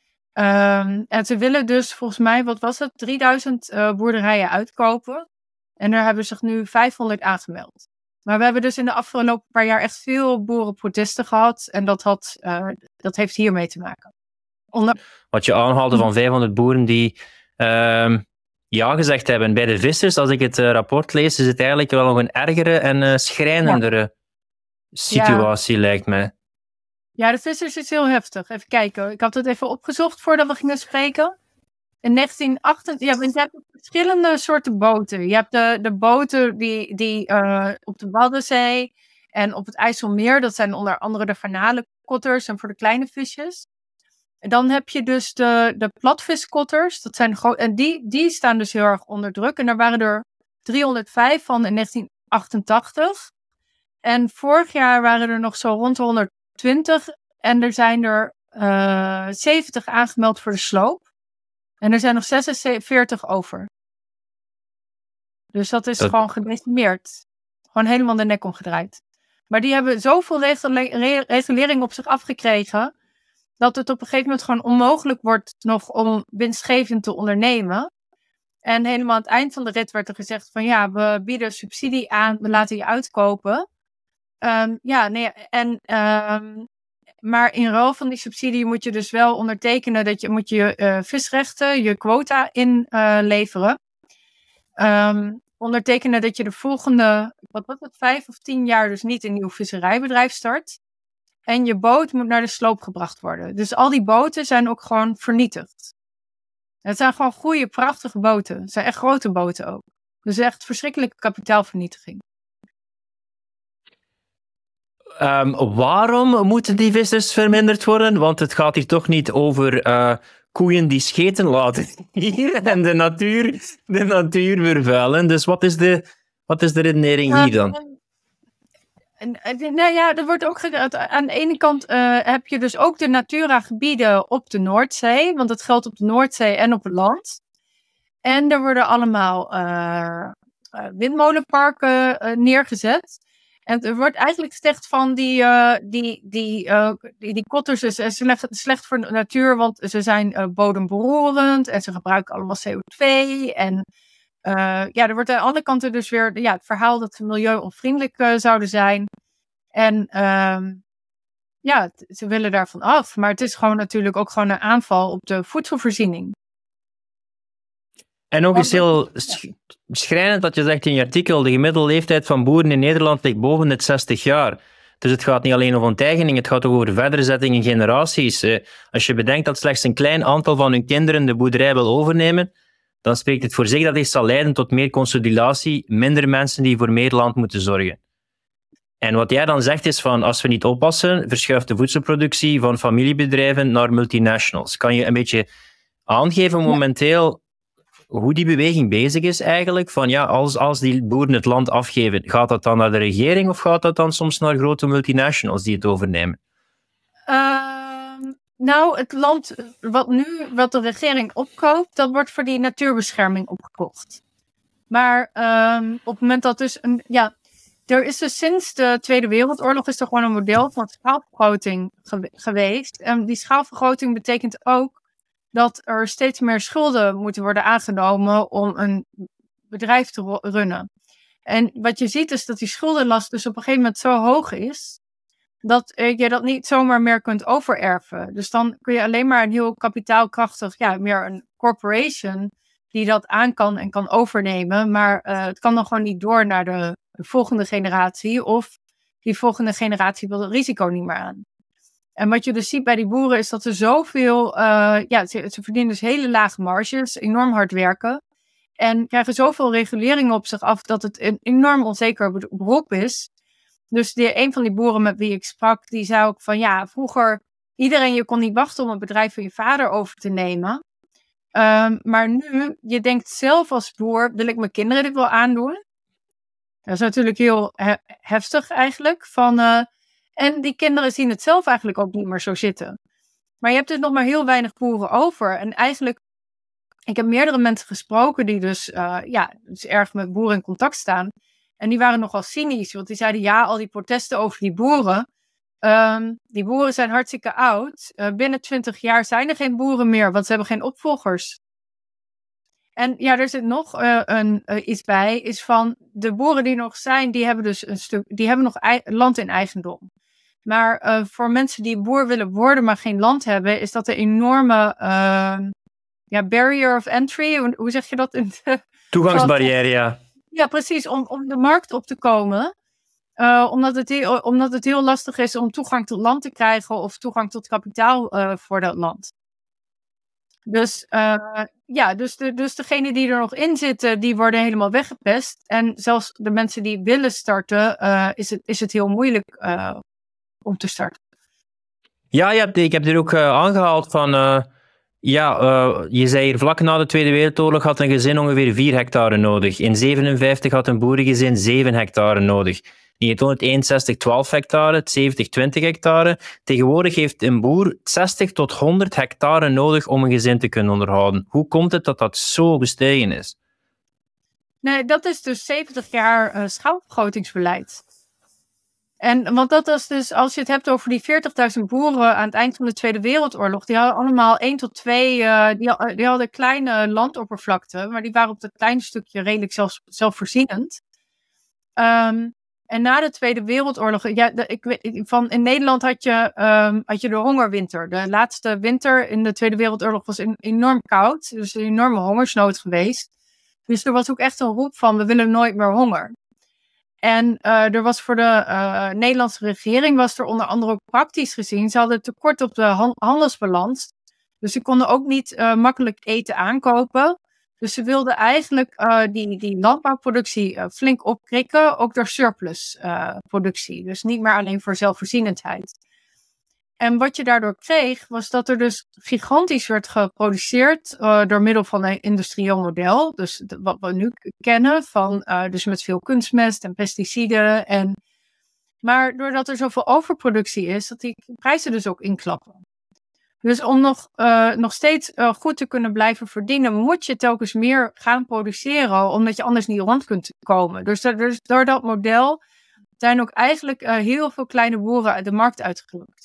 C: En ze willen dus volgens mij, 3000 boerderijen uitkopen. En daar hebben zich nu 500 aangemeld. Maar we hebben dus in de afgelopen paar jaar echt veel boerenprotesten gehad. En dat heeft hiermee te maken.
B: Wat je aanhaalde van 500 boeren die ja gezegd hebben. Bij de vissers, als ik het rapport lees, is het eigenlijk wel nog een ergere en schrijnendere situatie, lijkt mij.
C: Ja, de vissers is heel heftig. Even kijken. Ik had het even opgezocht voordat we gingen spreken. In 1988... je hebt verschillende soorten boten. Je hebt de boten die op de Waddenzee en op het IJsselmeer. Dat zijn onder andere de garnalenkotters en voor de kleine visjes. Dan heb je dus de platviskotters. Dat zijn en die staan dus heel erg onder druk. En daar waren er 305 van in 1988. En vorig jaar waren er nog zo rond de 120. En er zijn er 70 aangemeld voor de sloop. En er zijn nog 46 over. Dus dat is gewoon gedecimeerd. Gewoon helemaal de nek omgedraaid. Maar die hebben zoveel regulering op zich afgekregen, dat het op een gegeven moment gewoon onmogelijk wordt nog om winstgevend te ondernemen. En helemaal aan het eind van de rit werd er gezegd van ja, we bieden subsidie aan, we laten je uitkopen. Maar in ruil van die subsidie moet je dus wel ondertekenen dat moet je visrechten, je quota inleveren. Ondertekenen dat je de volgende, 5 of 10 jaar dus niet een nieuw visserijbedrijf start. En je boot moet naar de sloop gebracht worden. Dus al die boten zijn ook gewoon vernietigd. Het zijn gewoon goede, prachtige boten. Het zijn echt grote boten ook. Dus echt verschrikkelijke kapitaalvernietiging.
B: Waarom moeten die vissers verminderd worden? Want het gaat hier toch niet over koeien die scheten laten hier en de natuur vervuilen. Dus wat is de redenering hier dan?
C: Nou ja, er wordt ook aan de ene kant heb je dus ook de Natura-gebieden op de Noordzee, want het geldt op de Noordzee en op het land. En er worden allemaal windmolenparken neergezet. En er wordt eigenlijk gezegd van die kotters is slecht voor de natuur, want ze zijn bodemberorend en ze gebruiken allemaal CO2. En er wordt aan de andere kant dus weer het verhaal dat ze milieuonvriendelijk zouden zijn. En ze willen daarvan af. Maar het is gewoon natuurlijk ook gewoon een aanval op de voedselvoorziening.
B: En ook is heel schrijnend dat je zegt in je artikel, de gemiddelde leeftijd van boeren in Nederland ligt boven het 60 jaar. Dus het gaat niet alleen over onteigening, het gaat ook over verderzetting in generaties. Als je bedenkt dat slechts een klein aantal van hun kinderen de boerderij wil overnemen, dan spreekt het voor zich dat dit zal leiden tot meer consolidatie, minder mensen die voor meer land moeten zorgen. En wat jij dan zegt is van, als we niet oppassen, verschuift de voedselproductie van familiebedrijven naar multinationals. Kan je een beetje aangeven momenteel hoe die beweging bezig is eigenlijk? Van ja, als die boeren het land afgeven, gaat dat dan naar de regering of gaat dat dan soms naar grote multinationals die het overnemen?
C: Het land wat de regering opkoopt, dat wordt voor die natuurbescherming opgekocht. Maar op het moment dat dus er is dus sinds de Tweede Wereldoorlog is er gewoon een model van schaalvergroting geweest. En die schaalvergroting betekent ook dat er steeds meer schulden moeten worden aangenomen om een bedrijf te runnen. En wat je ziet is dat die schuldenlast dus op een gegeven moment zo hoog is, dat je dat niet zomaar meer kunt overerven. Dus dan kun je alleen maar een heel kapitaalkrachtig, meer een corporation die dat aan kan en kan overnemen. Maar het kan dan gewoon niet door naar de volgende generatie, of die volgende generatie wil het risico niet meer aan. En wat je dus ziet bij die boeren is dat ze zoveel, ze verdienen dus hele lage marges, enorm hard werken. En krijgen zoveel reguleringen op zich af dat het een enorm onzeker beroep is. Dus een van die boeren met wie ik sprak, die zei ook van vroeger, je kon niet wachten om het bedrijf van je vader over te nemen. Maar nu, je denkt zelf als boer, wil ik mijn kinderen dit wel aandoen? Dat is natuurlijk heel heftig eigenlijk. En die kinderen zien het zelf eigenlijk ook niet meer zo zitten. Maar je hebt dus nog maar heel weinig boeren over. En eigenlijk, ik heb meerdere mensen gesproken die dus erg met boeren in contact staan. En die waren nogal cynisch, want die zeiden al die protesten over die boeren zijn hartstikke oud. Binnen 20 jaar zijn er geen boeren meer, want ze hebben geen opvolgers. En er zit nog iets bij, is van de boeren die nog zijn, die hebben dus die hebben nog land in eigendom. Maar voor mensen die boer willen worden, maar geen land hebben, is dat een enorme barrier of entry. Hoe zeg je dat?
B: Toegangsbarrière, ja.
C: Ja, precies, om de markt op te komen. Omdat het heel lastig is om toegang tot land te krijgen of toegang tot kapitaal voor dat land. Dus degenen die er nog in zitten, die worden helemaal weggepest. En zelfs de mensen die willen starten, is het heel moeilijk om te starten.
B: Ja, ik heb er ook aangehaald van... je zei hier vlak na de Tweede Wereldoorlog had een gezin ongeveer 4 hectare nodig. In 1957 had een boerengezin 7 hectare nodig. In 1961 12 hectare, 70 20 hectare. Tegenwoordig heeft een boer 60 tot 100 hectare nodig om een gezin te kunnen onderhouden. Hoe komt het dat dat zo gestegen is?
C: Nee, dat is dus 70 jaar schaalvergrotingsbeleid. Want dat is dus, als je het hebt over die 40.000 boeren aan het eind van de Tweede Wereldoorlog, die hadden allemaal 1 tot 2, die hadden kleine landoppervlakte, maar die waren op dat kleine stukje redelijk zelfvoorzienend. En na de Tweede Wereldoorlog, in Nederland had je de hongerwinter. De laatste winter in de Tweede Wereldoorlog was enorm koud, dus een enorme hongersnood geweest. Dus er was ook echt een roep van, we willen nooit meer honger. En er was voor de Nederlandse regering, was er onder andere ook praktisch gezien, ze hadden tekort op de handelsbalans. Dus ze konden ook niet makkelijk eten aankopen. Dus ze wilden eigenlijk die landbouwproductie flink opkrikken, ook door surplusproductie. Dus niet meer alleen voor zelfvoorzienendheid. En wat je daardoor kreeg, was dat er dus gigantisch werd geproduceerd door middel van een industrieel model. Dus wat we nu kennen, dus met veel kunstmest en pesticiden. Maar doordat er zoveel overproductie is, dat die prijzen dus ook inklappen. Dus om nog steeds goed te kunnen blijven verdienen, moet je telkens meer gaan produceren, omdat je anders niet rond kunt komen. Dus door dat model zijn ook eigenlijk heel veel kleine boeren uit de markt uitgerukt.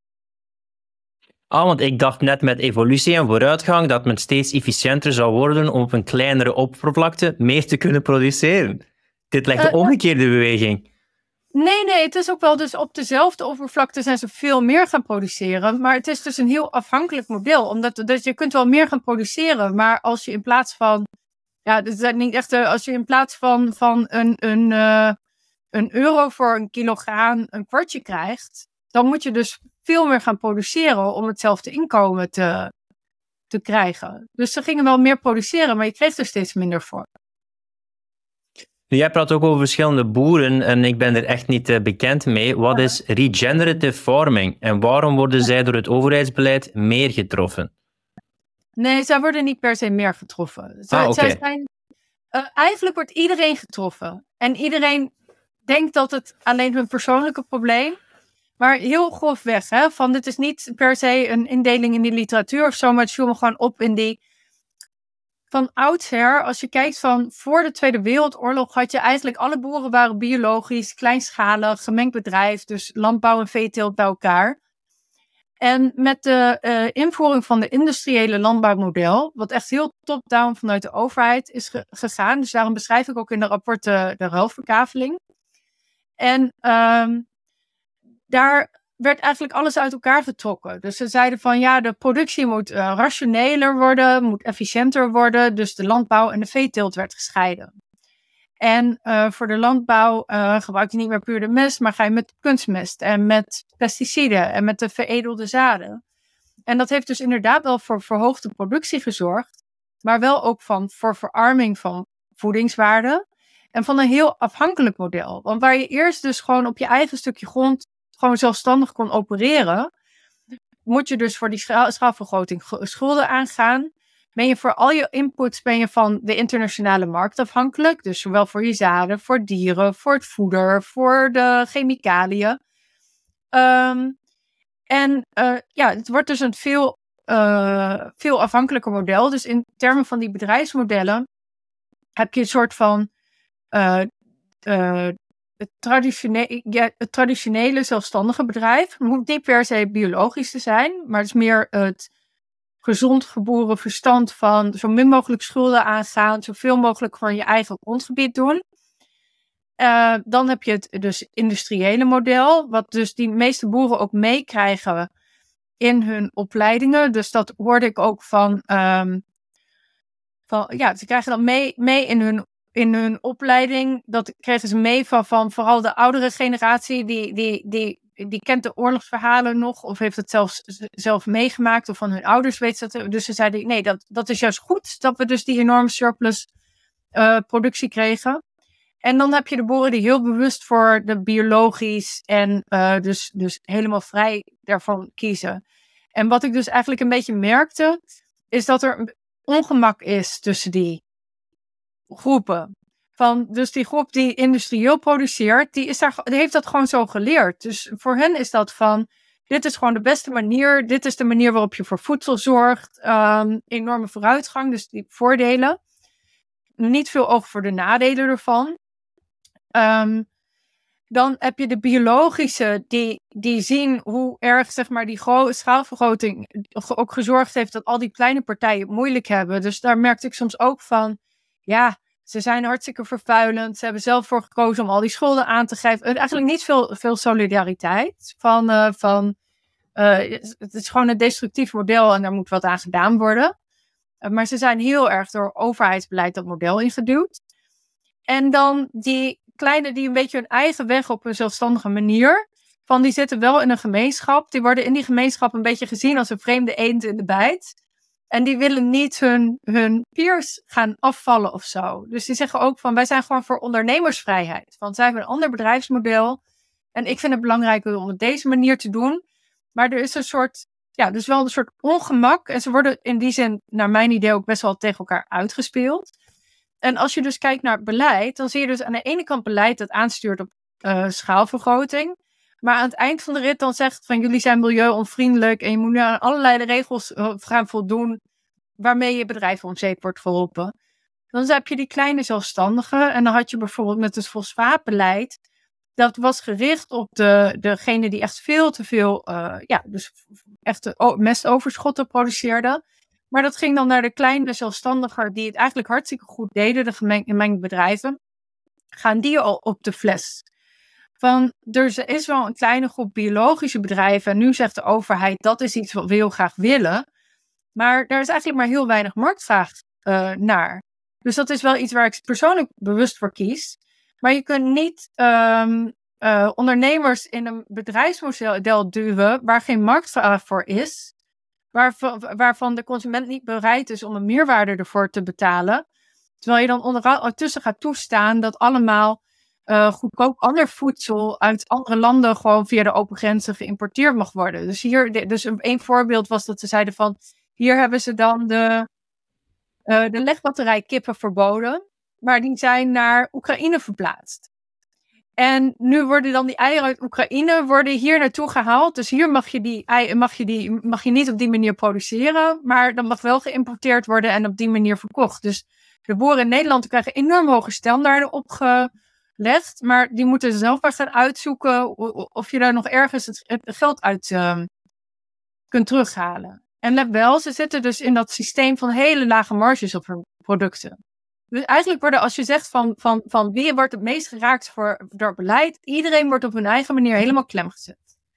B: Want ik dacht net met evolutie en vooruitgang dat men steeds efficiënter zou worden om op een kleinere oppervlakte meer te kunnen produceren. Dit lijkt de omgekeerde beweging.
C: Nee, het is ook wel dus op dezelfde oppervlakte zijn ze veel meer gaan produceren. Maar het is dus een heel afhankelijk model. Omdat je kunt wel meer gaan produceren, maar als je in plaats van... Ja, dat is niet echt... Als je in plaats van een euro voor een kilo graan een kwartje krijgt, dan moet je dus veel meer gaan produceren om hetzelfde inkomen te krijgen. Dus ze gingen wel meer produceren, maar je kreeg er steeds minder voor.
B: Jij praat ook over verschillende boeren en ik ben er echt niet bekend mee. Wat is regenerative farming en waarom worden zij door het overheidsbeleid meer getroffen?
C: Nee, zij worden niet per se meer getroffen. Eigenlijk wordt iedereen getroffen. En iedereen denkt dat het alleen hun persoonlijke probleem. Maar heel grofweg, dit is niet per se een indeling in die literatuur of zo, maar het viel me gewoon op in die... Van oudsher, als je kijkt van voor de Tweede Wereldoorlog, had je eigenlijk alle boeren waren biologisch, kleinschalig, gemengd bedrijf, dus landbouw en veeteelt bij elkaar. En met de invoering van de industriële landbouwmodel, wat echt heel top-down vanuit de overheid is gegaan, dus daarom beschrijf ik ook in de rapporten de ruilverkaveling. En daar werd eigenlijk alles uit elkaar getrokken. Dus ze zeiden van ja, de productie moet rationeler worden, moet efficiënter worden. Dus de landbouw en de veeteelt werd gescheiden. En voor de landbouw gebruik je niet meer puur de mest, maar ga je met kunstmest en met pesticiden en met de veredelde zaden. En dat heeft dus inderdaad wel voor verhoogde productie gezorgd, maar wel ook voor verarming van voedingswaarde en van een heel afhankelijk model. Want waar je eerst dus gewoon op je eigen stukje grond gewoon zelfstandig kon opereren, moet je dus voor die schaalvergroting schulden aangaan. Ben je voor al je inputs van de internationale markt afhankelijk. Dus zowel voor je zaden, voor dieren, voor het voeder, voor de chemicaliën. Het wordt dus een veel afhankelijker model. Dus in termen van die bedrijfsmodellen heb je een soort van het traditionele zelfstandige bedrijf. Het moet niet per se biologisch te zijn, maar het is meer het gezond geboren verstand van zo min mogelijk schulden aangaan, zoveel mogelijk van je eigen grondgebied doen. Dan heb je het dus industriële model, wat dus die meeste boeren ook meekrijgen in hun opleidingen. Dus dat hoorde ik ook ze krijgen dan mee in hun opleiding. Dat kregen ze mee van vooral de oudere generatie, die kent de oorlogsverhalen nog, of heeft het zelf meegemaakt, of van hun ouders weet ze dat. Dus ze zeiden, nee, dat is juist goed, dat we dus die enorme surplus productie kregen. En dan heb je de boeren die heel bewust voor de biologisch en dus helemaal vrij daarvan kiezen. En wat ik dus eigenlijk een beetje merkte, is dat er een ongemak is tussen die groepen. Dus die groep die industrieel produceert, die heeft dat gewoon zo geleerd. Dus voor hen is dat van, dit is gewoon de beste manier. Dit is de manier waarop je voor voedsel zorgt. Enorme vooruitgang, dus die voordelen. Niet veel oog voor de nadelen ervan. Dan heb je de biologische, die zien hoe erg zeg maar, die schaalvergroting ook gezorgd heeft dat al die kleine partijen het moeilijk hebben. Dus daar merkte ik soms ook van, ja, ze zijn hartstikke vervuilend. Ze hebben zelf voor gekozen om al die schulden aan te geven. Eigenlijk niet veel solidariteit. Het is gewoon een destructief model en daar moet wat aan gedaan worden. Maar ze zijn heel erg door overheidsbeleid dat model ingeduwd. En dan die kleine die een beetje hun eigen weg op een zelfstandige manier. Die zitten wel in een gemeenschap. Die worden in die gemeenschap een beetje gezien als een vreemde eend in de bijt. En die willen niet hun peers gaan afvallen of zo. Dus die zeggen ook van, wij zijn gewoon voor ondernemersvrijheid. Want zij hebben een ander bedrijfsmodel. En ik vind het belangrijk om het deze manier te doen. Maar er is dus wel een soort ongemak. En ze worden in die zin, naar mijn idee, ook best wel tegen elkaar uitgespeeld. En als je dus kijkt naar beleid, dan zie je dus aan de ene kant beleid dat aanstuurt op schaalvergroting. Maar aan het eind van de rit dan zegt van, jullie zijn milieu-onvriendelijk en je moet nu aan allerlei regels gaan voldoen waarmee je bedrijf om zeep wordt geholpen. Dan heb je die kleine zelfstandigen en dan had je bijvoorbeeld met het fosfaatbeleid, dat was gericht op degene die echt veel te veel, dus echt mestoverschotten produceerden. Maar dat ging dan naar de kleine zelfstandigen die het eigenlijk hartstikke goed deden, de gemengde bedrijven. Gaan die al op de fles? Er is wel een kleine groep biologische bedrijven en nu zegt de overheid dat is iets wat we heel graag willen. Maar daar is eigenlijk maar heel weinig marktvraag naar. Dus dat is wel iets waar ik persoonlijk bewust voor kies. Maar je kunt niet ondernemers in een bedrijfsmodel duwen waar geen marktvraag voor is. Waarvan de consument niet bereid is om een meerwaarde ervoor te betalen. Terwijl je dan ondertussen gaat toestaan dat allemaal goedkoop ander voedsel uit andere landen gewoon via de open grenzen geïmporteerd mag worden. Dus een voorbeeld was dat ze zeiden van, hier hebben ze dan de legbatterij kippen verboden, maar die zijn naar Oekraïne verplaatst. En nu worden dan die eieren uit Oekraïne hier naartoe gehaald. Dus hier mag je niet op die manier produceren. Maar dat mag wel geïmporteerd worden en op die manier verkocht. Dus de boeren in Nederland krijgen enorm hoge standaarden opgelegd. Maar die moeten zelf maar gaan uitzoeken of je daar nog ergens het geld uit kunt terughalen. En let wel, ze zitten dus in dat systeem van hele lage marges op hun producten. Dus eigenlijk worden, als je zegt van wie wordt het meest geraakt door beleid, iedereen wordt op hun eigen manier helemaal klem gezet.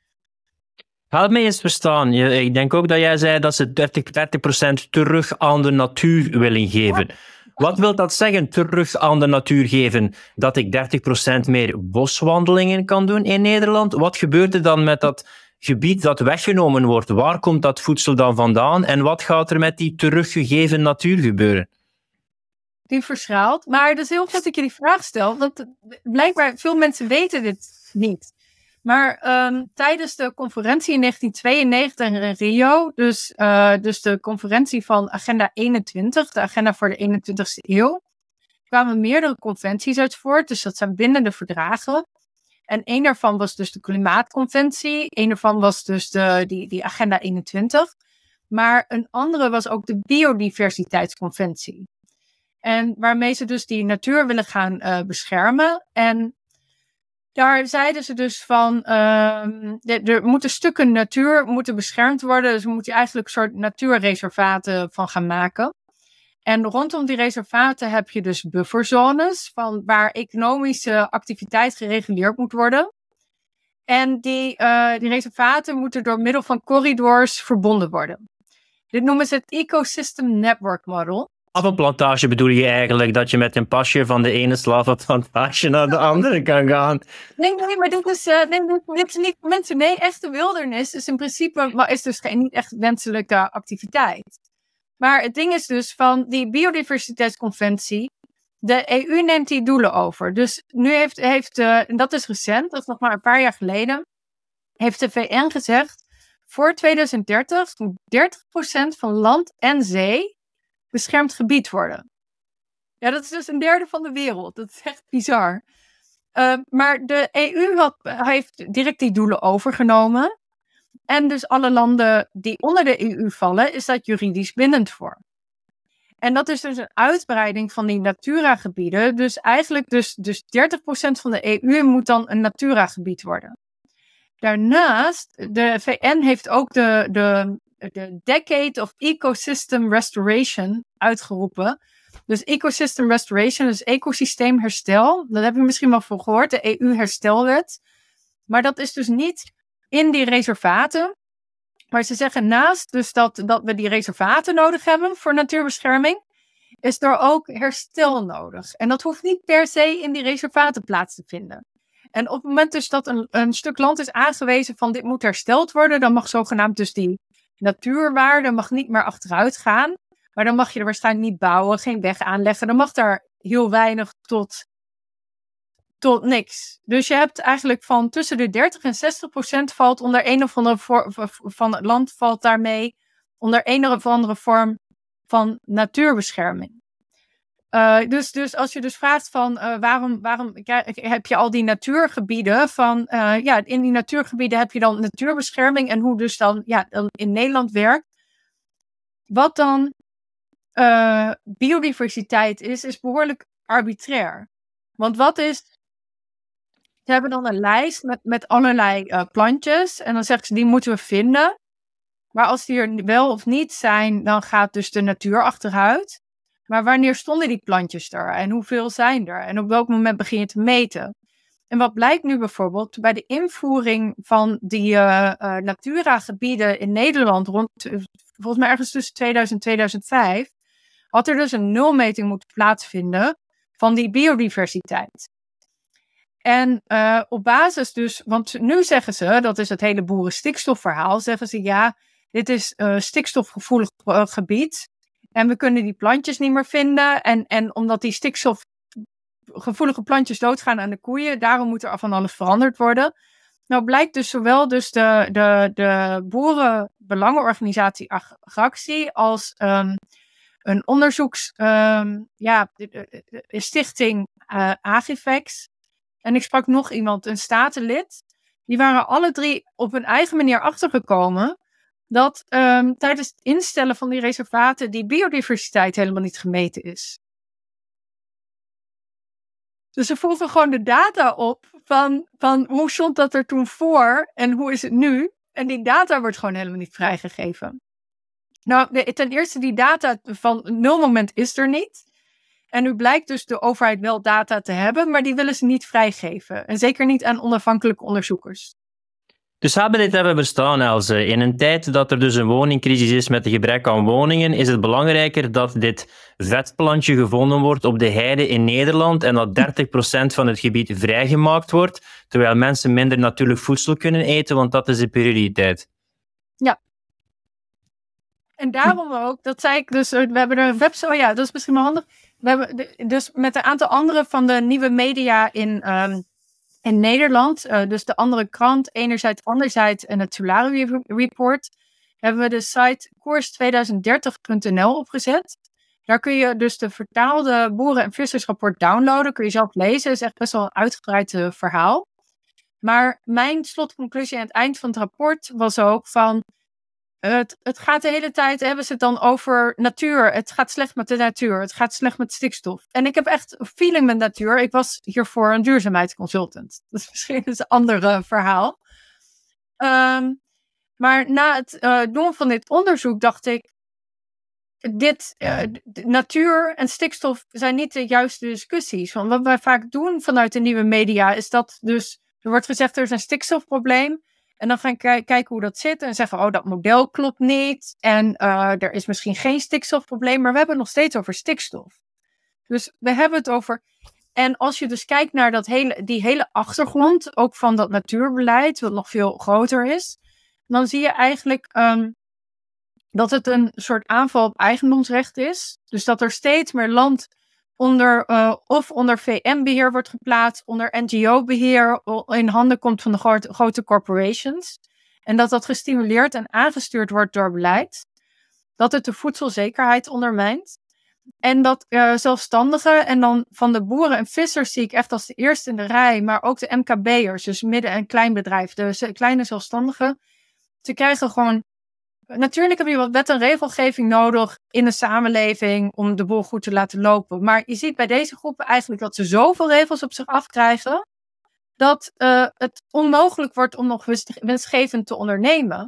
B: Help me eens verstaan. Ik denk ook dat jij zei dat ze 30% terug aan de natuur willen geven. Ja. Wat wil dat zeggen, terug aan de natuur geven? Dat ik 30% meer boswandelingen kan doen in Nederland? Wat gebeurt er dan met dat gebied dat weggenomen wordt? Waar komt dat voedsel dan vandaan? En wat gaat er met die teruggegeven natuur gebeuren?
C: Die verschaalt. Maar het is heel goed dat ik je die vraag stel. Want blijkbaar veel mensen weten dit niet. Maar tijdens de conferentie in 1992 in Rio, dus de conferentie van Agenda 21, de agenda voor de 21ste eeuw, kwamen meerdere conventies uit voort. Dus dat zijn bindende verdragen. En één daarvan was dus de Klimaatconventie. Één daarvan was dus die Agenda 21. Maar een andere was ook de Biodiversiteitsconventie. En waarmee ze dus die natuur willen gaan beschermen. En daar zeiden ze dus van, er moeten stukken natuur moeten beschermd worden. Dus we moeten eigenlijk een soort natuurreservaten van gaan maken. En rondom die reservaten heb je dus bufferzones van waar economische activiteit gereguleerd moet worden. En die reservaten moeten door middel van corridors verbonden worden. Dit noemen ze het Ecosystem Network Model.
B: Slavenplantage bedoel je eigenlijk, dat je met een pasje van de ene slavenplantage naar de andere kan gaan?
C: Nee, maar dit is niet mensen. Nee, echte wildernis is in principe, maar is dus niet echt wenselijke activiteit. Maar het ding is dus van die biodiversiteitsconventie, de EU neemt die doelen over. Dus nu heeft en dat is recent, dat is nog maar een paar jaar geleden, heeft de VN gezegd voor 2030 moet 30% van land en zee beschermd gebied worden. Ja, dat is dus een derde van de wereld. Dat is echt bizar. Maar de EU heeft direct die doelen overgenomen. En dus alle landen die onder de EU vallen, is dat juridisch bindend voor. En dat is dus een uitbreiding van die Natura-gebieden. Dus eigenlijk dus 30% van de EU moet dan een Natura-gebied worden. Daarnaast, de VN heeft ook de Decade of Ecosystem Restoration uitgeroepen. Dus Ecosystem Restoration, dus ecosysteemherstel. Dat heb je misschien wel voor gehoord, de EU-herstelwet. Maar dat is dus niet in die reservaten. Maar ze zeggen naast dus dat we die reservaten nodig hebben voor natuurbescherming, is er ook herstel nodig. En dat hoeft niet per se in die reservaten plaats te vinden. En op het moment dus dat een stuk land is aangewezen van dit moet hersteld worden, dan mag zogenaamd dus die natuurwaarde mag niet meer achteruit gaan. Maar dan mag je er waarschijnlijk niet bouwen, geen weg aanleggen. Dan mag daar heel weinig tot niks. Dus je hebt eigenlijk van tussen de 30 en 60% valt onder een of andere van het land valt daarmee onder een of andere vorm van natuurbescherming. Dus als je dus vraagt van waarom heb je al die natuurgebieden van in die natuurgebieden heb je dan natuurbescherming en hoe dus dan in Nederland werkt. Wat dan biodiversiteit is behoorlijk arbitrair. Want ze hebben dan een lijst met allerlei plantjes en dan zeggen ze die moeten we vinden. Maar als die er wel of niet zijn, dan gaat dus de natuur achteruit. Maar wanneer stonden die plantjes er? En hoeveel zijn er? En op welk moment begin je te meten? En wat blijkt nu bijvoorbeeld bij de invoering van die Natura-gebieden in Nederland volgens mij ergens tussen 2000 en 2005, had er dus een nulmeting moeten plaatsvinden van die biodiversiteit. En op basis dus, want nu zeggen ze, dat is het hele boerenstikstofverhaal, zeggen ze ja, dit is stikstofgevoelig gebied. En we kunnen die plantjes niet meer vinden. En omdat die stikstofgevoelige plantjes doodgaan aan de koeien, daarom moet er van alles veranderd worden. Nou blijkt dus zowel dus de boerenbelangenorganisatie Agractie als een onderzoeksstichting Agifex. En ik sprak nog iemand, een statenlid. Die waren alle drie op hun eigen manier achtergekomen dat tijdens het instellen van die reservaten die biodiversiteit helemaal niet gemeten is. Dus ze vroegen gewoon de data op van hoe stond dat er toen voor en hoe is het nu? En die data wordt gewoon helemaal niet vrijgegeven. Nou, ten eerste die data van nulmoment is er niet. En nu blijkt dus de overheid wel data te hebben, maar die willen ze niet vrijgeven. En zeker niet aan onafhankelijke onderzoekers.
B: Dus zou dit hebben bestaan, Else? In een tijd dat er dus een woningcrisis is met een gebrek aan woningen, is het belangrijker dat dit vetplantje gevonden wordt op de heide in Nederland en dat 30% van het gebied vrijgemaakt wordt, terwijl mensen minder natuurlijk voedsel kunnen eten, want dat is de prioriteit.
C: Ja. En daarom ook, dat zei ik dus, we hebben er een website, dat is misschien wel handig. We hebben dus met een aantal andere van de nieuwe media in Nederland, dus de andere krant, enerzijds, anderzijds en het Solari Report, hebben we de site koers2030.nl opgezet. Daar kun je dus de vertaalde boeren- en vissersrapport downloaden, kun je zelf lezen, het is echt best wel een uitgebreid verhaal. Maar mijn slotconclusie aan het eind van het rapport was ook van, het gaat de hele tijd, hebben ze het dan over natuur. Het gaat slecht met de natuur. Het gaat slecht met stikstof. En ik heb echt een feeling met natuur. Ik was hiervoor een duurzaamheidsconsultant. Dat is misschien een ander verhaal. Maar na het doen van dit onderzoek dacht ik, natuur en stikstof zijn niet de juiste discussies. Want wat wij vaak doen vanuit de nieuwe media is dat dus, er wordt gezegd er is een stikstofprobleem. En dan gaan kijken hoe dat zit. En zeggen, dat model klopt niet. En er is misschien geen stikstofprobleem. Maar we hebben het nog steeds over stikstof. Dus we hebben het over. En als je dus kijkt naar die hele achtergrond. Ook van dat natuurbeleid. Wat nog veel groter is. Dan zie je eigenlijk dat het een soort aanval op eigendomsrecht is. Dus dat er steeds meer land onder VN-beheer wordt geplaatst, onder NGO-beheer, in handen komt van de grote corporations. En dat gestimuleerd en aangestuurd wordt door beleid. Dat het de voedselzekerheid ondermijnt. En dat zelfstandigen en dan van de boeren en vissers zie ik echt als de eerste in de rij. Maar ook de MKB'ers, dus midden- en kleinbedrijf, de kleine zelfstandigen. Ze krijgen gewoon... Natuurlijk heb je wat wet en regelgeving nodig in de samenleving om de boel goed te laten lopen. Maar je ziet bij deze groepen eigenlijk dat ze zoveel regels op zich afkrijgen dat het onmogelijk wordt om nog winstgevend te ondernemen.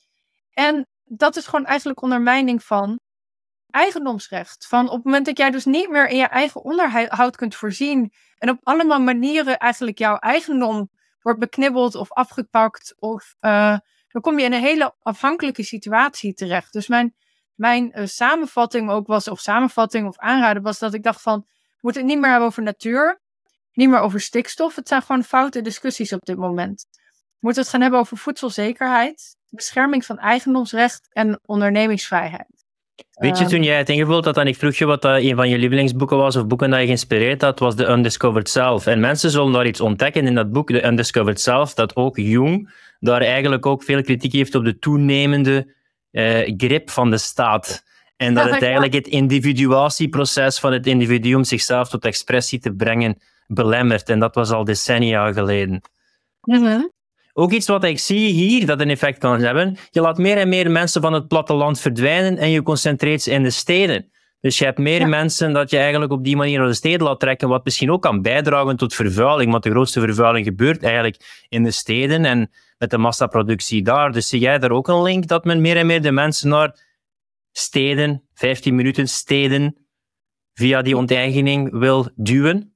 C: En dat is gewoon eigenlijk ondermijning van eigendomsrecht. Van op het moment dat jij dus niet meer in je eigen onderhoud kunt voorzien en op allemaal manieren eigenlijk jouw eigendom wordt beknibbeld of afgepakt of... dan kom je in een hele afhankelijke situatie terecht. Dus mijn samenvatting ook was, of samenvatting of aanraden was dat ik dacht van, we moeten het niet meer hebben over natuur, niet meer over stikstof. Het zijn gewoon foute discussies op dit moment. We moeten het gaan hebben over voedselzekerheid, bescherming van eigendomsrecht en ondernemingsvrijheid.
B: Weet je, toen jij het ingevuld had en ik vroeg je wat een van je lievelingsboeken was of boeken dat je geïnspireerd had, was The Undiscovered Self. En mensen zullen daar iets ontdekken in dat boek, The Undiscovered Self, dat ook Jung daar eigenlijk ook veel kritiek heeft op de toenemende grip van de staat. En dat het eigenlijk het individuatieproces van het individu om zichzelf tot expressie te brengen belemmert. En dat was al decennia geleden.
C: Mm-hmm.
B: Ook iets wat ik zie hier dat een effect kan hebben. Je laat meer en meer mensen van het platteland verdwijnen en je concentreert ze in de steden. Dus je hebt meer mensen dat je eigenlijk op die manier naar de steden laat trekken, wat misschien ook kan bijdragen tot vervuiling, want de grootste vervuiling gebeurt eigenlijk in de steden en met de massaproductie daar. Dus zie jij daar ook een link dat men meer en meer de mensen naar steden, 15 minuten steden, via die onteigening wil duwen?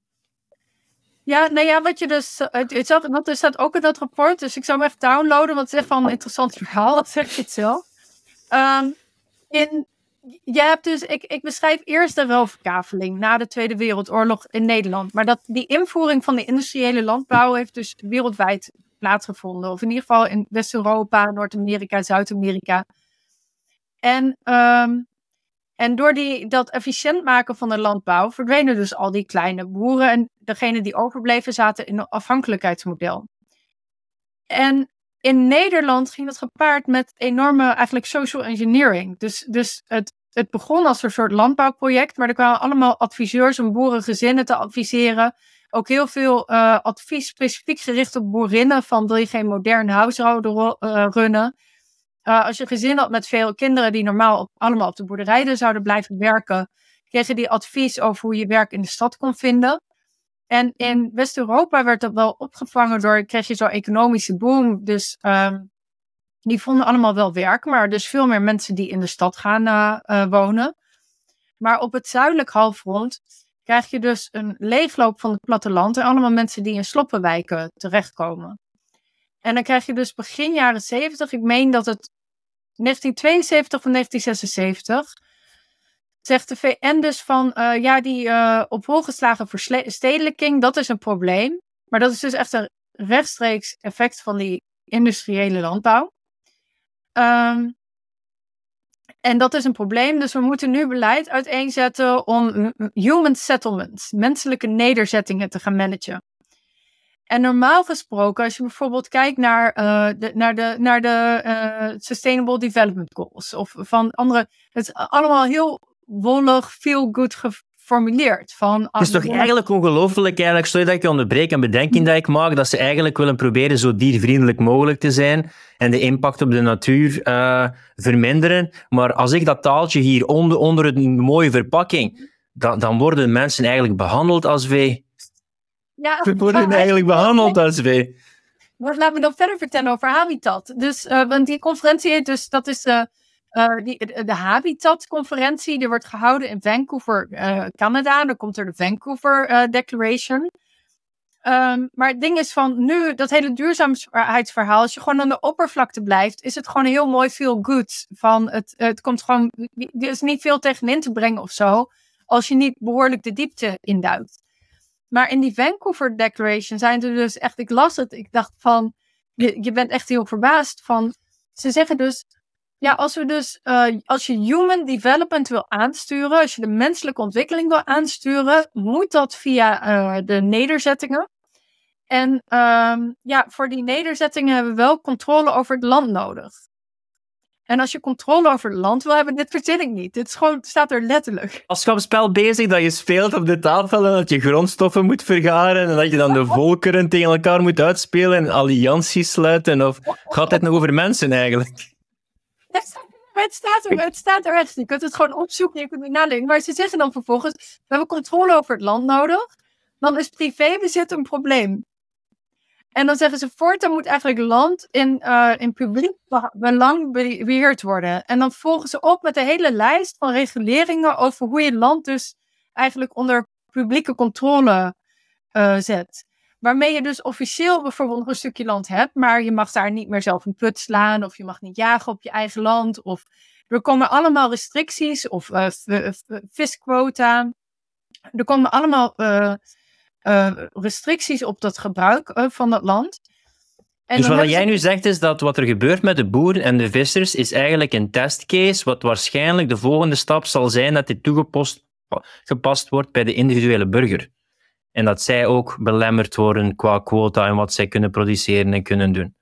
C: Ja, nou ja, wat je dus... Dat staat ook in dat rapport, dus ik zou hem even downloaden, want het is echt wel een interessant verhaal, dat zeg je het zelf. Je hebt dus, ik beschrijf eerst de ruilverkaveling na de Tweede Wereldoorlog in Nederland. Maar die invoering van de industriële landbouw heeft dus wereldwijd plaatsgevonden. Of in ieder geval in West-Europa, Noord-Amerika, Zuid-Amerika. En door dat efficiënt maken van de landbouw verdwenen dus al die kleine boeren. En degenen die overbleven zaten in een afhankelijkheidsmodel. En in Nederland ging dat gepaard met enorme eigenlijk social engineering. Dus het begon als een soort landbouwproject, maar er kwamen allemaal adviseurs om boerengezinnen te adviseren. Ook heel veel advies specifiek gericht op boerinnen van wil je geen modern huishouden runnen. Als je een gezin had met veel kinderen die normaal allemaal op de boerderijen zouden blijven werken, kreeg je die advies over hoe je werk in de stad kon vinden. En in West-Europa werd dat wel opgevangen kreeg je zo'n economische boom. Dus die vonden allemaal wel werk, maar dus veel meer mensen die in de stad gaan wonen. Maar op het zuidelijk halfrond krijg je dus een leegloop van het platteland en allemaal mensen die in sloppenwijken terechtkomen. En dan krijg je dus begin jaren 70, ik meen dat het 1972 of 1976, zegt de VN dus van, die op hol geslagen verstedelijking, dat is een probleem. Maar dat is dus echt een rechtstreeks effect van die industriële landbouw. En dat is een probleem, dus we moeten nu beleid uiteenzetten om human settlements, menselijke nederzettingen te gaan managen. En normaal gesproken, als je bijvoorbeeld kijkt naar de Sustainable Development Goals of van andere, het is allemaal heel wollig, feel good geformuleerd.
B: Het is toch eigenlijk ongelooflijk, sorry dat ik je onderbreek, een bedenking dat ik maak, dat ze eigenlijk willen proberen zo diervriendelijk mogelijk te zijn en de impact op de natuur verminderen. Maar als ik dat taaltje hier onder een mooie verpakking, dan worden mensen eigenlijk behandeld als vee.
C: Ja,
B: we worden eigenlijk behandeld als vee.
C: Maar laat me dan verder vertellen over Habitat. Dus, want die conferentie, dus dat is de Habitat-conferentie. Die wordt gehouden in Vancouver, Canada. Dan komt er de Vancouver Declaration. Maar het ding is van nu, dat hele duurzaamheidsverhaal, als je gewoon aan de oppervlakte blijft, is het gewoon heel mooi feel good. Van het komt gewoon, er is niet veel tegenin te brengen of zo, als je niet behoorlijk de diepte induikt. Maar in die Vancouver Declaration zijn er dus echt, ik las het, ik dacht van, je bent echt heel verbaasd van, ze zeggen dus, ja, als je human development wil aansturen, als je de menselijke ontwikkeling wil aansturen, moet dat via de nederzettingen. En voor die nederzettingen hebben we wel controle over het land nodig. En als je controle over het land wil hebben, dit verzin ik niet. Dit is gewoon, staat er letterlijk.
B: Afschapsspel bezig dat je speelt op de tafel en dat je grondstoffen moet vergaren en dat je dan de volkeren tegen elkaar moet uitspelen en allianties sluiten. Of gaat het nog over mensen eigenlijk?
C: Het staat er echt. Je kunt het gewoon opzoeken, je kunt het nadenken. Maar ze zeggen dan vervolgens, we hebben controle over het land nodig. Dan is privébezit een probleem. En dan zeggen ze, voortaan moet eigenlijk land in publiek belang beheerd worden. En dan volgen ze op met een hele lijst van reguleringen over hoe je land dus eigenlijk onder publieke controle zet. Waarmee je dus officieel bijvoorbeeld nog een stukje land hebt, maar je mag daar niet meer zelf een put slaan, of je mag niet jagen op je eigen land, of er komen allemaal restricties, of visquota. Er komen allemaal restricties op dat gebruik van dat land. En
B: dus wat jij nu zegt is dat wat er gebeurt met de boeren en de vissers is eigenlijk een testcase, wat waarschijnlijk de volgende stap zal zijn dat dit toegepast wordt bij de individuele burger. En dat zij ook belemmerd worden qua quota en wat zij kunnen produceren en kunnen doen.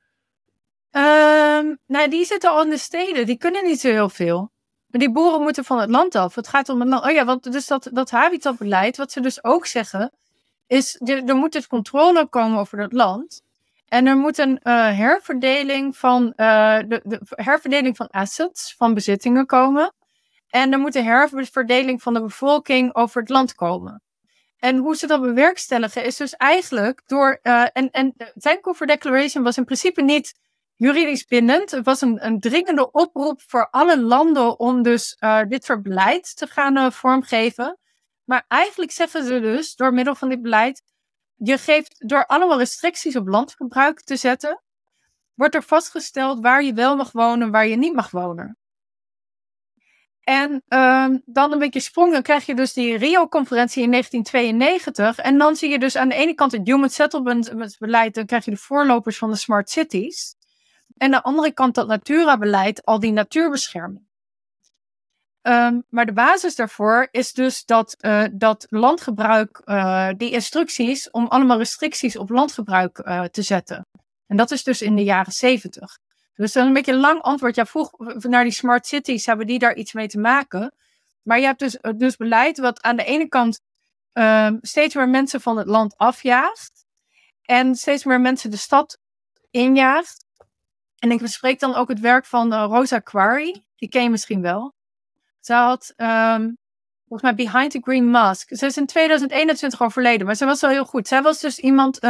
C: Die zitten al in de steden. Die kunnen niet zo heel veel. Maar die boeren moeten van het land af. Het gaat om het land. Oh ja, want dus dat habitatbeleid, wat ze dus ook zeggen, is er moet dus controle komen over dat land. En er moet een herverdeling van de herverdeling van assets, van bezittingen komen. En er moet een herverdeling van de bevolking over het land komen. En hoe ze dat bewerkstelligen is dus eigenlijk door... En de Vancouver Declaration was in principe niet juridisch bindend. Het was een dringende oproep voor alle landen om dus dit soort beleid te gaan vormgeven. Maar eigenlijk zeggen ze dus, door middel van dit beleid, je geeft door allemaal restricties op landgebruik te zetten, wordt er vastgesteld waar je wel mag wonen en waar je niet mag wonen. En dan een beetje sprong, dan krijg je dus die Rio-conferentie in 1992. En dan zie je dus aan de ene kant het Human Settlement beleid, dan krijg je de voorlopers van de Smart Cities. En aan de andere kant dat Natura-beleid, al die natuurbescherming. Maar de basis daarvoor is dus dat landgebruik, die instructies om allemaal restricties op landgebruik te zetten. En dat is dus in de jaren 70. Dus dat is een beetje een lang antwoord. Ja, vroeg naar die smart cities, hebben die daar iets mee te maken? Maar je hebt dus beleid wat aan de ene kant steeds meer mensen van het land afjaagt. En steeds meer mensen de stad injaagt. En ik bespreek dan ook het werk van Rosa Quarry. Die ken je misschien wel. Ze had, volgens mij, Behind the Green Mask. Ze is in 2021 overleden, maar ze was wel heel goed. Zij was dus iemand,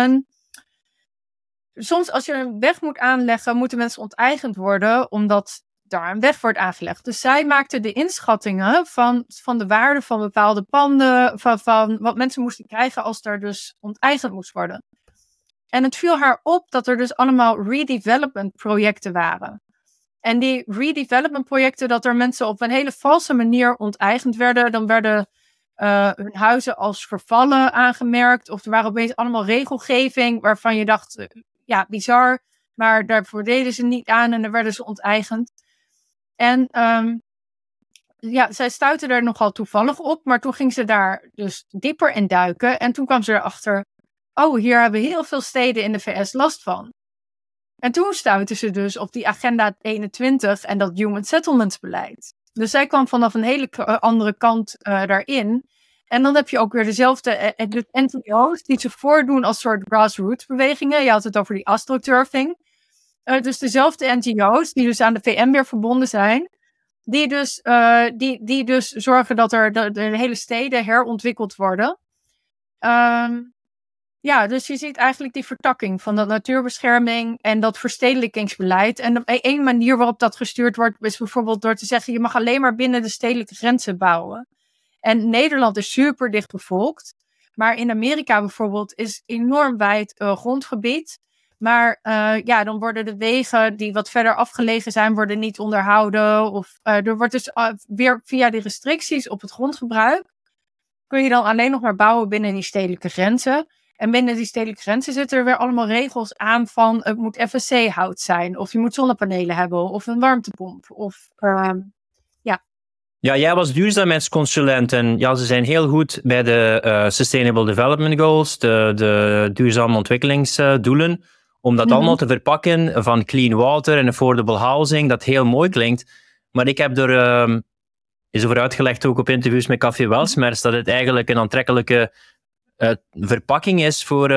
C: soms als je een weg moet aanleggen, moeten mensen onteigend worden, omdat daar een weg wordt aangelegd. Dus zij maakte de inschattingen van de waarde van bepaalde panden, van wat mensen moesten krijgen als er dus onteigend moest worden. En het viel haar op dat er dus allemaal redevelopment projecten waren. En die redevelopment projecten, dat er mensen op een hele valse manier onteigend werden. Dan werden hun huizen als vervallen aangemerkt. Of er waren opeens allemaal regelgeving waarvan je dacht, ja, bizar. Maar daarvoor deden ze niet aan en dan werden ze onteigend. En zij stuitte er nogal toevallig op. Maar toen ging ze daar dus dieper in duiken. En toen kwam ze erachter, oh, hier hebben heel veel steden in de VS last van. En toen stuitte ze dus op die agenda 21 en dat human settlements beleid. Dus zij kwam vanaf een hele andere kant daarin. En dan heb je ook weer dezelfde NGO's die zich voordoen als soort grassroots bewegingen. Je had het over die astroturfing. Dus dezelfde NGO's die dus aan de VN weer verbonden zijn. Die dus zorgen dat er de hele steden herontwikkeld worden. Ja, dus je ziet eigenlijk die vertakking van dat natuurbescherming en dat verstedelijkingsbeleid. En één manier waarop dat gestuurd wordt is bijvoorbeeld door te zeggen, je mag alleen maar binnen de stedelijke grenzen bouwen. En Nederland is super dicht bevolkt. Maar in Amerika bijvoorbeeld is enorm wijd grondgebied. Maar dan worden de wegen die wat verder afgelegen zijn, worden niet onderhouden. Of er wordt dus weer via die restricties op het grondgebruik, kun je dan alleen nog maar bouwen binnen die stedelijke grenzen. En binnen die stedelijke grenzen zitten er weer allemaal regels aan van het moet FSC-hout zijn. Of je moet zonnepanelen hebben. Of een warmtepomp. Of
B: Ja, jij was duurzaamheidsconsulent en ja, ze zijn heel goed bij de Sustainable Development Goals, de duurzame ontwikkelingsdoelen, om dat allemaal te verpakken van clean water en affordable housing, dat heel mooi klinkt. Maar ik heb er is over uitgelegd, ook op interviews met Café Welsmers, dat het eigenlijk een aantrekkelijke verpakking is voor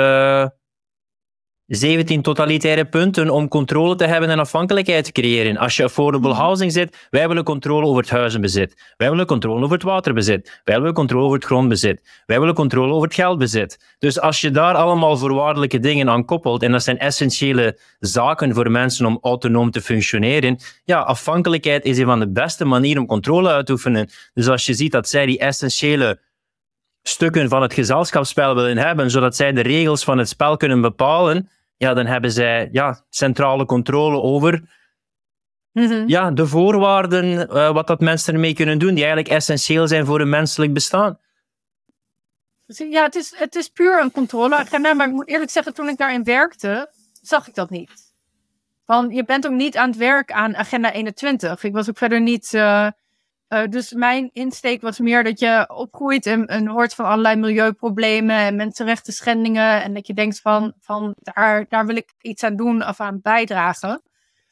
B: 17 totalitaire punten om controle te hebben en afhankelijkheid te creëren. Als je affordable housing zit, wij willen controle over het huizenbezit. Wij willen controle over het waterbezit. Wij willen controle over het grondbezit. Wij willen controle over het geldbezit. Dus als je daar allemaal voorwaardelijke dingen aan koppelt, en dat zijn essentiële zaken voor mensen om autonoom te functioneren, ja, afhankelijkheid is een van de beste manieren om controle uit te oefenen. Dus als je ziet dat zij die essentiële stukken van het gezelschapsspel willen hebben, zodat zij de regels van het spel kunnen bepalen, ja, dan hebben zij centrale controle over de voorwaarden, wat dat mensen ermee kunnen doen, die eigenlijk essentieel zijn voor een menselijk bestaan.
C: Ja, het is puur een controleagenda, maar ik moet eerlijk zeggen, toen ik daarin werkte, zag ik dat niet. Want je bent ook niet aan het werk aan Agenda 21. Ik was ook verder niet... dus mijn insteek was meer dat je opgroeit en hoort van allerlei milieuproblemen en mensenrechten schendingen. En dat je denkt van daar wil ik iets aan doen of aan bijdragen.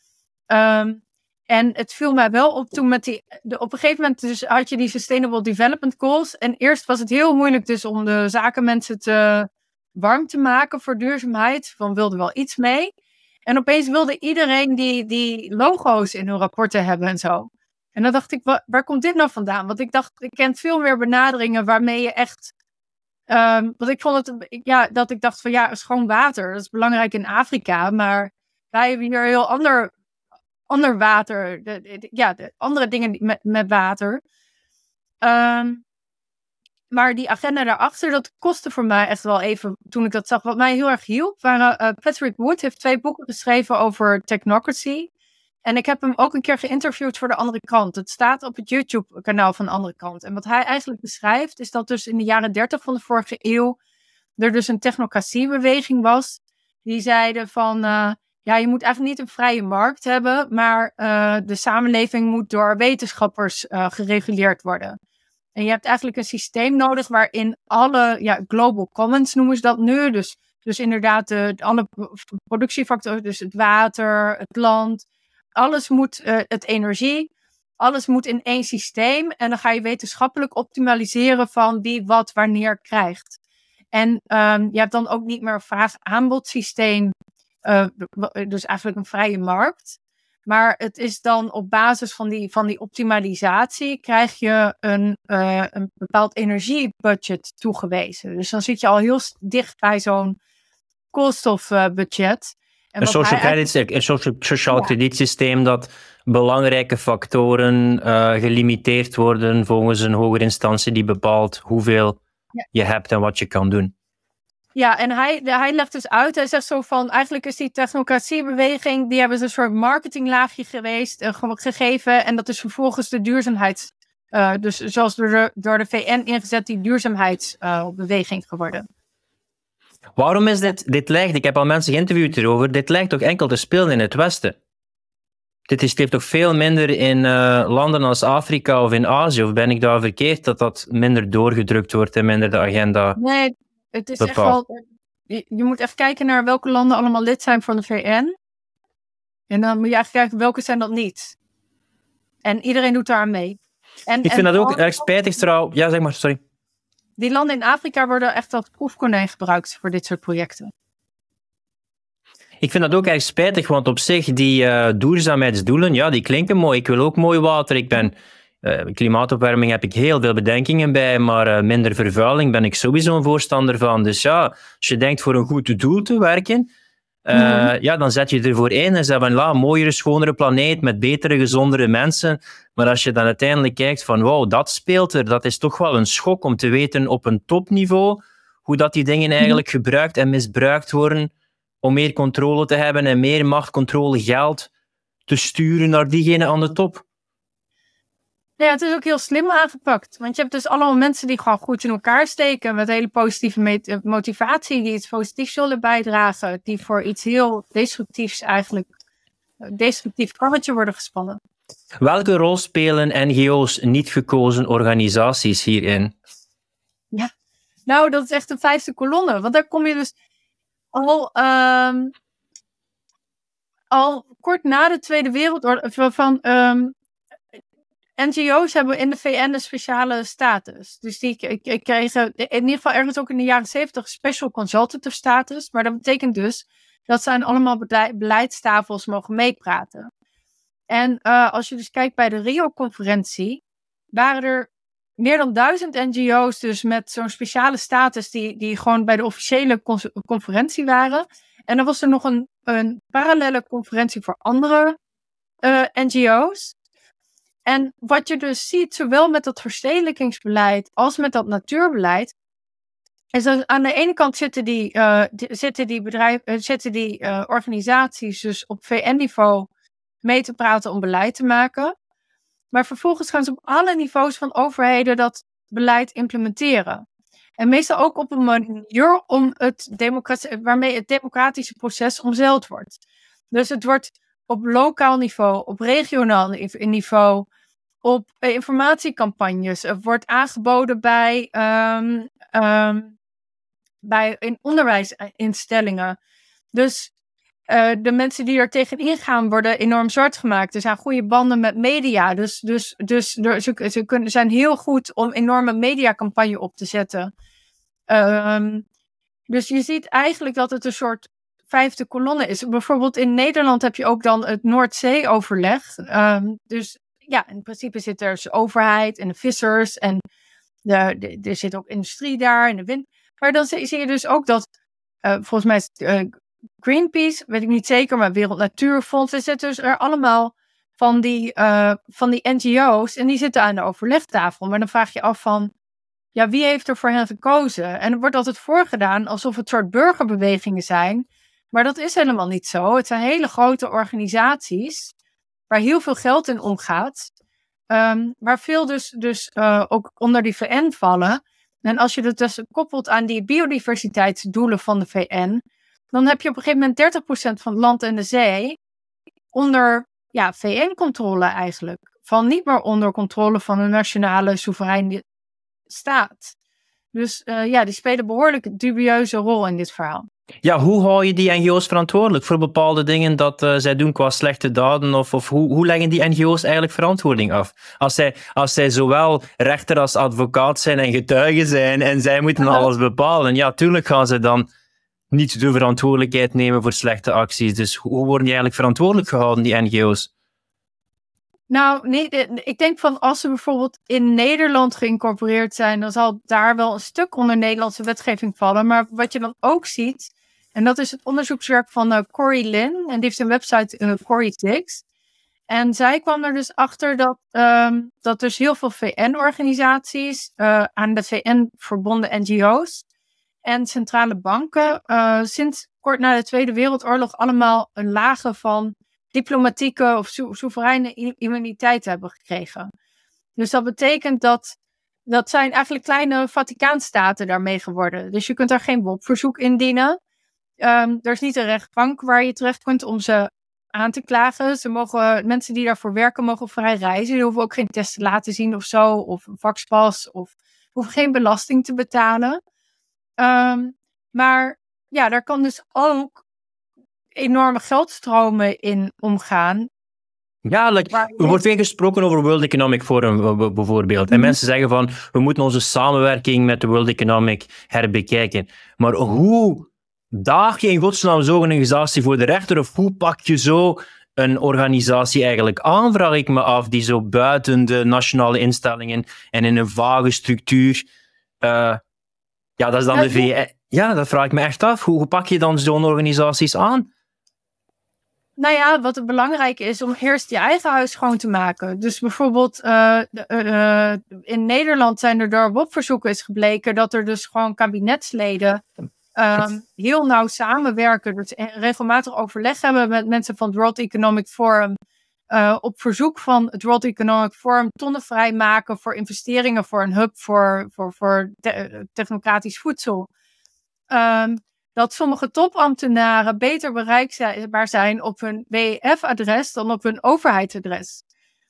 C: En het viel mij wel op toen op een gegeven moment dus had je die Sustainable Development Goals. En eerst was het heel moeilijk dus om de zakenmensen te warm te maken voor duurzaamheid. Van wilde wel iets mee. En opeens wilde iedereen die logo's in hun rapporten hebben en zo. En dan dacht ik, waar komt dit nou vandaan? Want ik dacht, ik ken veel meer benaderingen waarmee je echt... want ik vond het, dat ik dacht van schoon water, dat is belangrijk in Afrika. Maar wij hebben hier heel ander water. De andere dingen met water. Maar die agenda daarachter, dat kostte voor mij echt wel even, toen ik dat zag. Wat mij heel erg hielp, waren Patrick Wood heeft 2 boeken geschreven over technocracy. En ik heb hem ook een keer geïnterviewd voor De Andere Krant. Het staat op het YouTube-kanaal van De Andere Krant. En wat hij eigenlijk beschrijft, is dat dus in de jaren 30 van de vorige eeuw er dus een technocratiebeweging was. Die zeiden van, je moet eigenlijk niet een vrije markt hebben, maar de samenleving moet door wetenschappers gereguleerd worden. En je hebt eigenlijk een systeem nodig waarin alle, global commons noemen ze dat nu. Dus inderdaad alle productiefactoren, dus het water, het land... Alles moet, het energie, alles moet in één systeem. En dan ga je wetenschappelijk optimaliseren van wie wat wanneer krijgt. En je hebt dan ook niet meer een vraag-aanbod systeem. Dus eigenlijk een vrije markt. Maar het is dan op basis van die optimalisatie krijg je een bepaald energiebudget toegewezen. Dus dan zit je al heel dicht bij zo'n koolstofbudget.
B: Een sociaal kredietsysteem dat belangrijke factoren gelimiteerd worden volgens een hogere instantie die bepaalt hoeveel je hebt en wat je kan doen.
C: Ja, en hij legt dus uit, hij zegt zo van, eigenlijk is die technocratiebeweging, die hebben ze een soort marketinglaagje gegeven en dat is vervolgens de duurzaamheids, dus zoals door de VN ingezet, die duurzaamheidsbeweging geworden.
B: Waarom is dit lijkt, ik heb al mensen geïnterviewd hierover, dit lijkt toch enkel te spelen in het Westen? Dit leeft toch veel minder in landen als Afrika of in Azië? Of ben ik daar verkeerd dat minder doorgedrukt wordt en minder de agenda
C: Nee, het is
B: bepaalt?
C: echt wel... Je moet echt kijken naar welke landen allemaal lid zijn van de VN. En dan moet je eigenlijk kijken welke zijn dat niet. En iedereen doet daar aan mee.
B: Ik vind dat ook erg spijtig trouwens. Ja, zeg maar, sorry.
C: Die landen in Afrika worden echt als proefkonijn gebruikt voor dit soort projecten.
B: Ik vind dat ook erg spijtig, want op zich, die duurzaamheidsdoelen, die klinken mooi. Ik wil ook mooi water. Klimaatopwarming heb ik heel veel bedenkingen bij, maar minder vervuiling ben ik sowieso een voorstander van. Dus als je denkt voor een goed doel te werken, dan zet je ervoor in en zeg van, een mooiere, schonere planeet met betere, gezondere mensen. Maar als je dan uiteindelijk kijkt van, wow, dat speelt er, dat is toch wel een schok om te weten op een topniveau hoe dat die dingen eigenlijk gebruikt en misbruikt worden om meer controle te hebben en meer macht, controle, geld te sturen naar diegene aan de top.
C: Ja, het is ook heel slim aangepakt. Want je hebt dus allemaal mensen die gewoon goed in elkaar steken met hele positieve motivatie, die iets positiefs zullen bijdragen, die voor iets heel destructiefs eigenlijk, destructief karretje worden gespannen.
B: Welke rol spelen NGO's, niet gekozen organisaties, hierin?
C: Ja, nou, dat is echt een vijfde kolonne. Want daar kom je dus al kort na de Tweede Wereldoorlog NGO's hebben in de VN een speciale status. Dus die kregen in ieder geval ergens ook in de jaren 70 special consultative status. Maar dat betekent dus dat ze aan allemaal beleidstafels mogen meepraten. En als je dus kijkt bij de Rio-conferentie, waren er meer dan 1000 NGO's dus met zo'n speciale status die gewoon bij de officiële conferentie waren. En dan was er nog een parallele conferentie voor andere NGO's. En wat je dus ziet, zowel met dat verstedelijkingsbeleid als met dat natuurbeleid, is dat aan de ene kant zitten die organisaties dus op VN-niveau mee te praten om beleid te maken. Maar vervolgens gaan ze op alle niveaus van overheden dat beleid implementeren. En meestal ook op een manier waarmee het democratische proces omzeild wordt. Dus het wordt op lokaal niveau, op regionaal niveau, op informatiecampagnes. Het wordt aangeboden in onderwijsinstellingen. Dus de mensen die er tegenin gaan worden enorm zwart gemaakt. Er zijn goede banden met media. Ze zijn heel goed om enorme mediacampagne op te zetten. Dus je ziet eigenlijk dat het een soort vijfde kolonne is. Bijvoorbeeld in Nederland heb je ook dan het Noordzee-overleg. Dus ja, in principe zit er de overheid en de vissers. En er zit ook industrie daar en de wind. Maar dan zie je dus ook dat, volgens mij is Greenpeace, weet ik niet zeker, maar Wereld Natuurfonds, er zitten dus er allemaal van die NGO's en die zitten aan de overlegtafel. Maar dan vraag je af van, ja, wie heeft er voor hen gekozen? En er wordt altijd voorgedaan alsof het soort burgerbewegingen zijn. Maar dat is helemaal niet zo. Het zijn hele grote organisaties waar heel veel geld in omgaat. Waar veel dus ook onder die VN vallen. En als je dat dus koppelt aan die biodiversiteitsdoelen van de VN, dan heb je op een gegeven moment 30% van het land en de zee onder VN-controle eigenlijk. Van niet meer onder controle van een nationale soevereine staat. Dus die spelen behoorlijk een dubieuze rol in dit verhaal.
B: Ja, hoe hou je die NGO's verantwoordelijk voor bepaalde dingen dat zij doen qua slechte daden? Of hoe leggen die NGO's eigenlijk verantwoording af? Als zij zowel rechter als advocaat zijn en getuigen zijn en zij moeten alles bepalen, ja, tuurlijk gaan ze dan niet de verantwoordelijkheid nemen voor slechte acties. Dus hoe worden die eigenlijk verantwoordelijk gehouden, die NGO's?
C: Nou, nee, ik denk van als ze bijvoorbeeld in Nederland geïncorporeerd zijn, dan zal daar wel een stuk onder Nederlandse wetgeving vallen. Maar wat je dan ook ziet, en dat is het onderzoekswerk van Corey Lin, en die heeft een website Corey6. En zij kwam er dus achter dat dus heel veel VN-organisaties, aan de VN verbonden NGO's en centrale banken sinds kort na de Tweede Wereldoorlog allemaal een lage van diplomatieke of soevereine immuniteit hebben gekregen. Dus dat betekent dat zijn eigenlijk kleine Vaticaanstaten daarmee geworden. Dus je kunt daar geen WOP-verzoek indienen. Er is niet een rechtbank waar je terecht kunt om ze aan te klagen. Mensen die daarvoor werken mogen vrij reizen. Die hoeven ook geen test te laten zien of zo. Of een vakspas. Of hoeven geen belasting te betalen. Maar ja, daar kan dus ook enorme geldstromen in omgaan.
B: Ja, er wordt veel gesproken over World Economic Forum bijvoorbeeld. En mensen zeggen van, we moeten onze samenwerking met de World Economic herbekijken. Maar hoe daag je in godsnaam zo'n organisatie voor de rechter? Of hoe pak je zo een organisatie eigenlijk aan, vraag ik me af, die zo buiten de nationale instellingen en in een vage structuur... dat is dan de VN. Ja, dat vraag ik me echt af. Hoe pak je dan zo'n organisaties aan?
C: Nou ja, wat het belangrijk is om eerst je eigen huis schoon te maken. Dus bijvoorbeeld in Nederland zijn er door WOP-verzoeken is gebleken dat er dus gewoon kabinetsleden heel nauw samenwerken. Dus regelmatig overleg hebben met mensen van het World Economic Forum. Op verzoek van het World Economic Forum tonnen vrijmaken voor investeringen voor een hub voor technocratisch voedsel. Dat sommige topambtenaren beter bereikbaar zijn op hun WEF-adres dan op hun overheidsadres.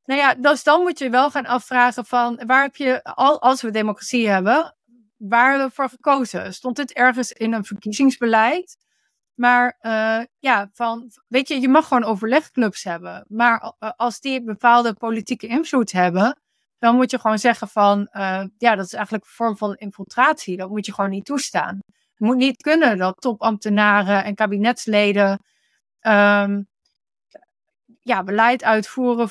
C: Nou ja, dus dan moet je wel gaan afvragen van waar heb je, als we democratie hebben, waar hebben we voor gekozen? Stond dit ergens in een verkiezingsbeleid? Maar weet je mag gewoon overlegclubs hebben. Maar als die bepaalde politieke invloed hebben, dan moet je gewoon zeggen van, dat is eigenlijk een vorm van infiltratie. Dat moet je gewoon niet toestaan. Het moet niet kunnen dat topambtenaren en kabinetsleden beleid uitvoeren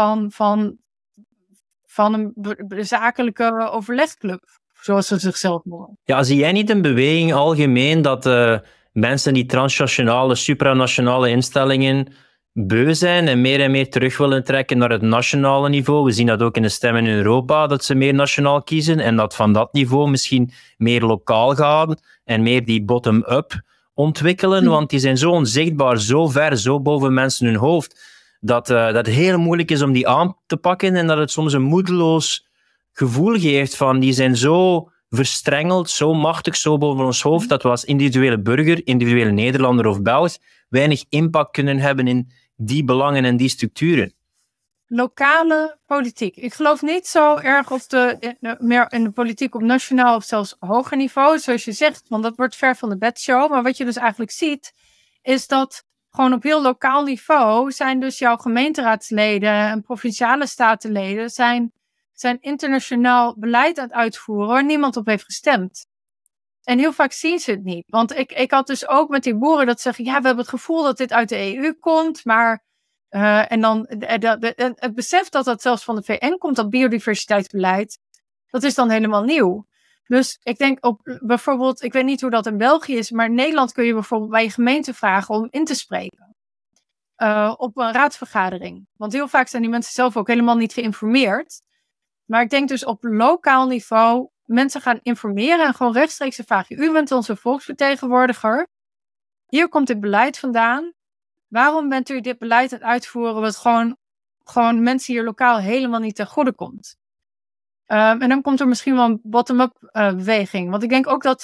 C: van een zakelijke overlegclub, zoals ze zichzelf noemen.
B: Ja, zie jij niet een beweging algemeen dat mensen die transnationale, supranationale instellingen beu zijn en meer terug willen trekken naar het nationale niveau? We zien dat ook in de stemmen in Europa, dat ze meer nationaal kiezen en dat van dat niveau misschien meer lokaal gaan en meer die bottom-up ontwikkelen, want die zijn zo onzichtbaar, zo ver, zo boven mensen hun hoofd, dat het heel moeilijk is om die aan te pakken en dat het soms een moedeloos gevoel geeft van die zijn zo verstrengeld, zo machtig, zo boven ons hoofd, dat we als individuele burger, individuele Nederlander of Belg, weinig impact kunnen hebben in die belangen en die structuren.
C: Lokale politiek. Ik geloof niet zo erg meer in de politiek op nationaal of zelfs hoger niveau, zoals je zegt, want dat wordt ver van de bedshow. Maar wat je dus eigenlijk ziet, is dat gewoon op heel lokaal niveau zijn dus jouw gemeenteraadsleden en provinciale statenleden zijn internationaal beleid aan het uitvoeren waar niemand op heeft gestemd. En heel vaak zien ze het niet. Want ik had dus ook met die boeren dat zeggen, ja, we hebben het gevoel dat dit uit de EU komt, maar en dan het besef dat zelfs van de VN komt, dat biodiversiteitsbeleid, dat is dan helemaal nieuw. Dus ik denk bijvoorbeeld, ik weet niet hoe dat in België is, maar in Nederland kun je bijvoorbeeld bij je gemeente vragen om in te spreken. Op een raadsvergadering. Want heel vaak zijn die mensen zelf ook helemaal niet geïnformeerd. Maar ik denk dus op lokaal niveau mensen gaan informeren en gewoon rechtstreeks vragen. U bent onze volksvertegenwoordiger. Hier komt dit beleid vandaan. Waarom bent u dit beleid aan het uitvoeren wat gewoon mensen hier lokaal helemaal niet ten goede komt? En dan komt er misschien wel een bottom-up beweging. Want ik denk ook dat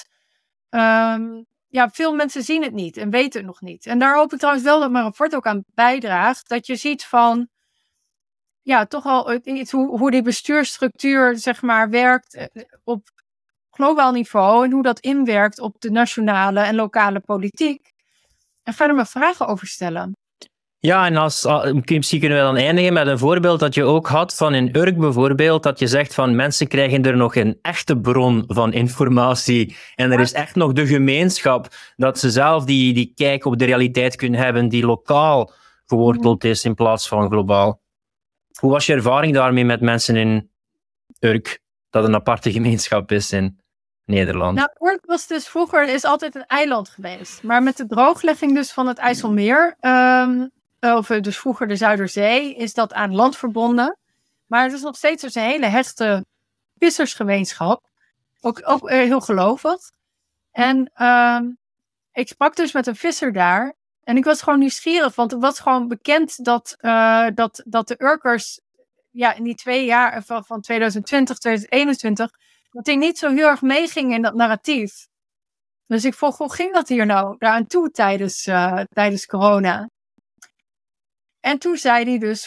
C: veel mensen zien het niet en weten het nog niet. En daar hoop ik trouwens wel dat mijn rapport ook aan bijdraagt. Dat je ziet van, toch al hoe die bestuursstructuur zeg maar werkt op globaal niveau. En hoe dat inwerkt op de nationale en lokale politiek. En ga er maar vragen over stellen.
B: Ja, en misschien kunnen we dan eindigen met een voorbeeld dat je ook had van in Urk bijvoorbeeld, dat je zegt van mensen krijgen er nog een echte bron van informatie en er is echt nog de gemeenschap, dat ze zelf die kijk op de realiteit kunnen hebben die lokaal geworteld is in plaats van globaal. Hoe was je ervaring daarmee met mensen in Urk, dat een aparte gemeenschap is in Nederland?
C: Nou, Urk was dus vroeger is altijd een eiland geweest, maar met de drooglegging dus van het IJsselmeer, of dus vroeger de Zuiderzee, is dat aan land verbonden. Maar het is nog steeds dus een hele hechte vissersgemeenschap. Ook heel gelovig. En ik sprak dus met een visser daar. En ik was gewoon nieuwsgierig, want het was gewoon bekend dat de Urkers in die 2 jaar van 2020, 2021, dat die niet zo heel erg meegingen in dat narratief. Dus ik vroeg, hoe ging dat hier nou daaraan toe tijdens corona? En toen zei hij dus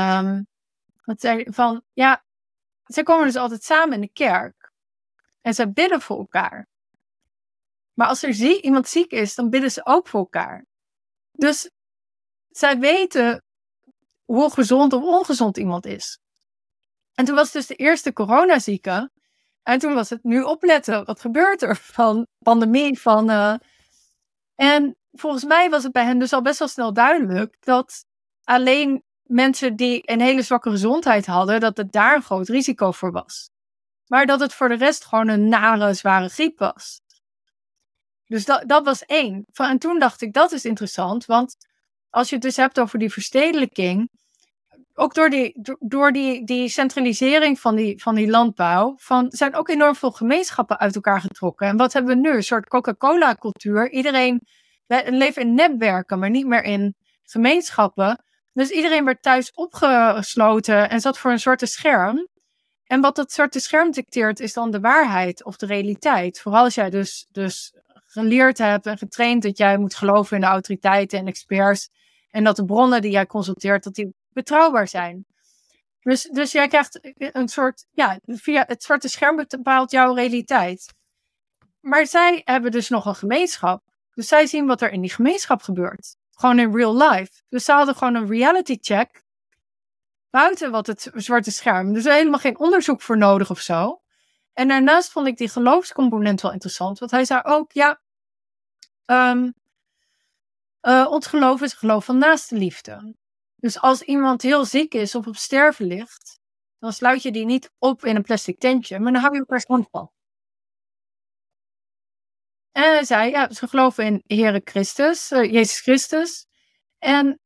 C: ze komen dus altijd samen in de kerk. En ze bidden voor elkaar. Maar als er iemand ziek is, dan bidden ze ook voor elkaar. Dus zij weten hoe gezond of ongezond iemand is. En toen was dus de eerste coronazieke. En toen was het nu opletten. Wat gebeurt er van pandemie? En volgens mij was het bij hen dus al best wel snel duidelijk dat alleen mensen die een hele zwakke gezondheid hadden, dat het daar een groot risico voor was. Maar dat het voor de rest gewoon een nare, zware griep was. Dus dat was 1. En toen dacht ik, dat is interessant. Want als je het dus hebt over die verstedelijking, ook door die centralisering van die landbouw, zijn ook enorm veel gemeenschappen uit elkaar getrokken. En wat hebben we nu? Een soort Coca-Cola-cultuur. Iedereen leeft in netwerken, maar niet meer in gemeenschappen. Dus iedereen werd thuis opgesloten en zat voor een soort scherm. En wat dat soort scherm dicteert is dan de waarheid of de realiteit. Vooral als jij dus geleerd hebt en getraind dat jij moet geloven in de autoriteiten en experts. En dat de bronnen die jij consulteert, dat die betrouwbaar zijn. Dus jij krijgt een soort, via het zwarte scherm bepaalt jouw realiteit. Maar zij hebben dus nog een gemeenschap. Dus zij zien wat er in die gemeenschap gebeurt. Gewoon in real life. Dus ze hadden gewoon een reality check buiten wat het zwarte scherm. Dus er is helemaal geen onderzoek voor nodig of zo. En daarnaast vond ik die geloofscomponent wel interessant. Want hij zei ook, ons geloof is het geloof van naaste liefde. Dus als iemand heel ziek is of op sterven ligt, dan sluit je die niet op in een plastic tentje, maar dan hou je elkaars hand van. En hij zei, ze geloven in Heere Christus, Jezus Christus. En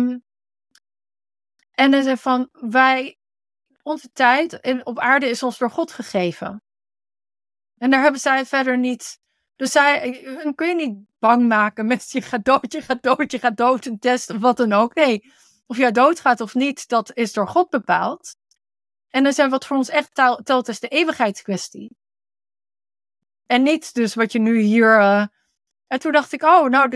C: hij zei van, onze tijd op aarde is ons door God gegeven. En daar hebben zij verder niet. Dus hun kun je niet bang maken met je gaat dood, een test of wat dan ook. Nee, of jij doodgaat of niet, dat is door God bepaald. En dan zei wat voor ons echt telt is de eeuwigheidskwestie. En niet dus wat je nu hier. En toen dacht ik,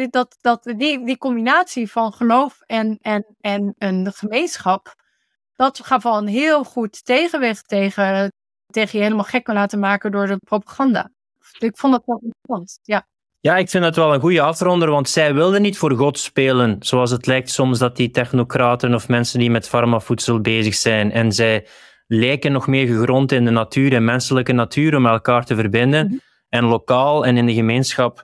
C: die combinatie van geloof en een gemeenschap, dat gaf wel een heel goed tegenwicht tegen je helemaal gek kan laten maken door de propaganda. Ik vond dat wel interessant, ja.
B: Ja, ik vind dat wel een goede afronder, want zij wilden niet voor God spelen, zoals het lijkt soms dat die technocraten of mensen die met farmavoedsel bezig zijn, en zij lijken nog meer gegrond in de natuur en menselijke natuur om elkaar te verbinden, en lokaal en in de gemeenschap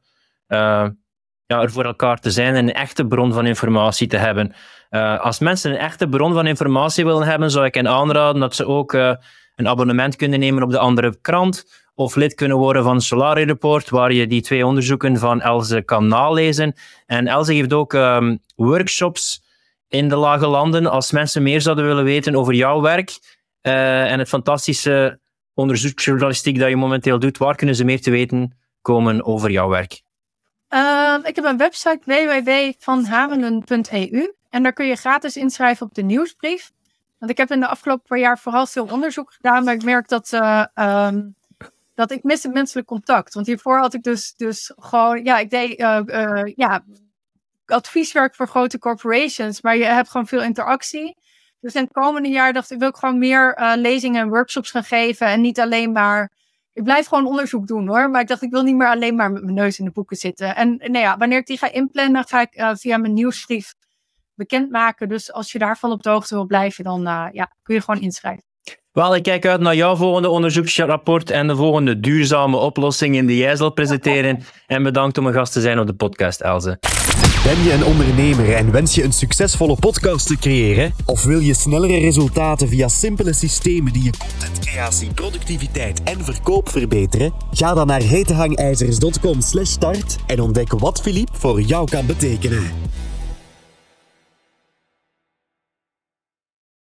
B: er voor elkaar te zijn en een echte bron van informatie te hebben. Als mensen een echte bron van informatie willen hebben, zou ik hen aanraden dat ze ook een abonnement kunnen nemen op de andere krant, of lid kunnen worden van Solari Report, waar je die 2 onderzoeken van Else kan nalezen. En Else geeft ook workshops in de lage landen. Als mensen meer zouden willen weten over jouw werk en het fantastische onderzoeksjournalistiek dat je momenteel doet, waar kunnen ze meer te weten komen over jouw werk?
C: Ik heb een website www.vanhamelen.eu en daar kun je gratis inschrijven op de nieuwsbrief. Want ik heb in de afgelopen paar jaar vooral veel onderzoek gedaan, maar ik merk dat ik mis het menselijk contact. Want hiervoor had ik dus gewoon, ik deed advieswerk voor grote corporations, maar je hebt gewoon veel interactie. Dus in het komende jaar dacht ik, wil ik gewoon meer lezingen en workshops gaan geven en niet alleen maar. Ik blijf gewoon onderzoek doen hoor, maar ik dacht, ik wil niet meer alleen maar met mijn neus in de boeken zitten. En wanneer ik die ga inplannen, ga ik via mijn nieuwsbrief bekendmaken. Dus als je daarvan op de hoogte wil blijven, dan kun je gewoon inschrijven.
B: Wel, ik kijk uit naar jouw volgende onderzoeksrapport en de volgende duurzame oplossingen die jij zal presenteren. En bedankt om een gast te zijn op de podcast, Else.
A: Ben je een ondernemer en wens je een succesvolle podcast te creëren? Of wil je snellere resultaten via simpele systemen die je contentcreatie, productiviteit en verkoop verbeteren? Ga dan naar hetehangijzers.com/start en ontdek wat Philippe voor jou kan betekenen.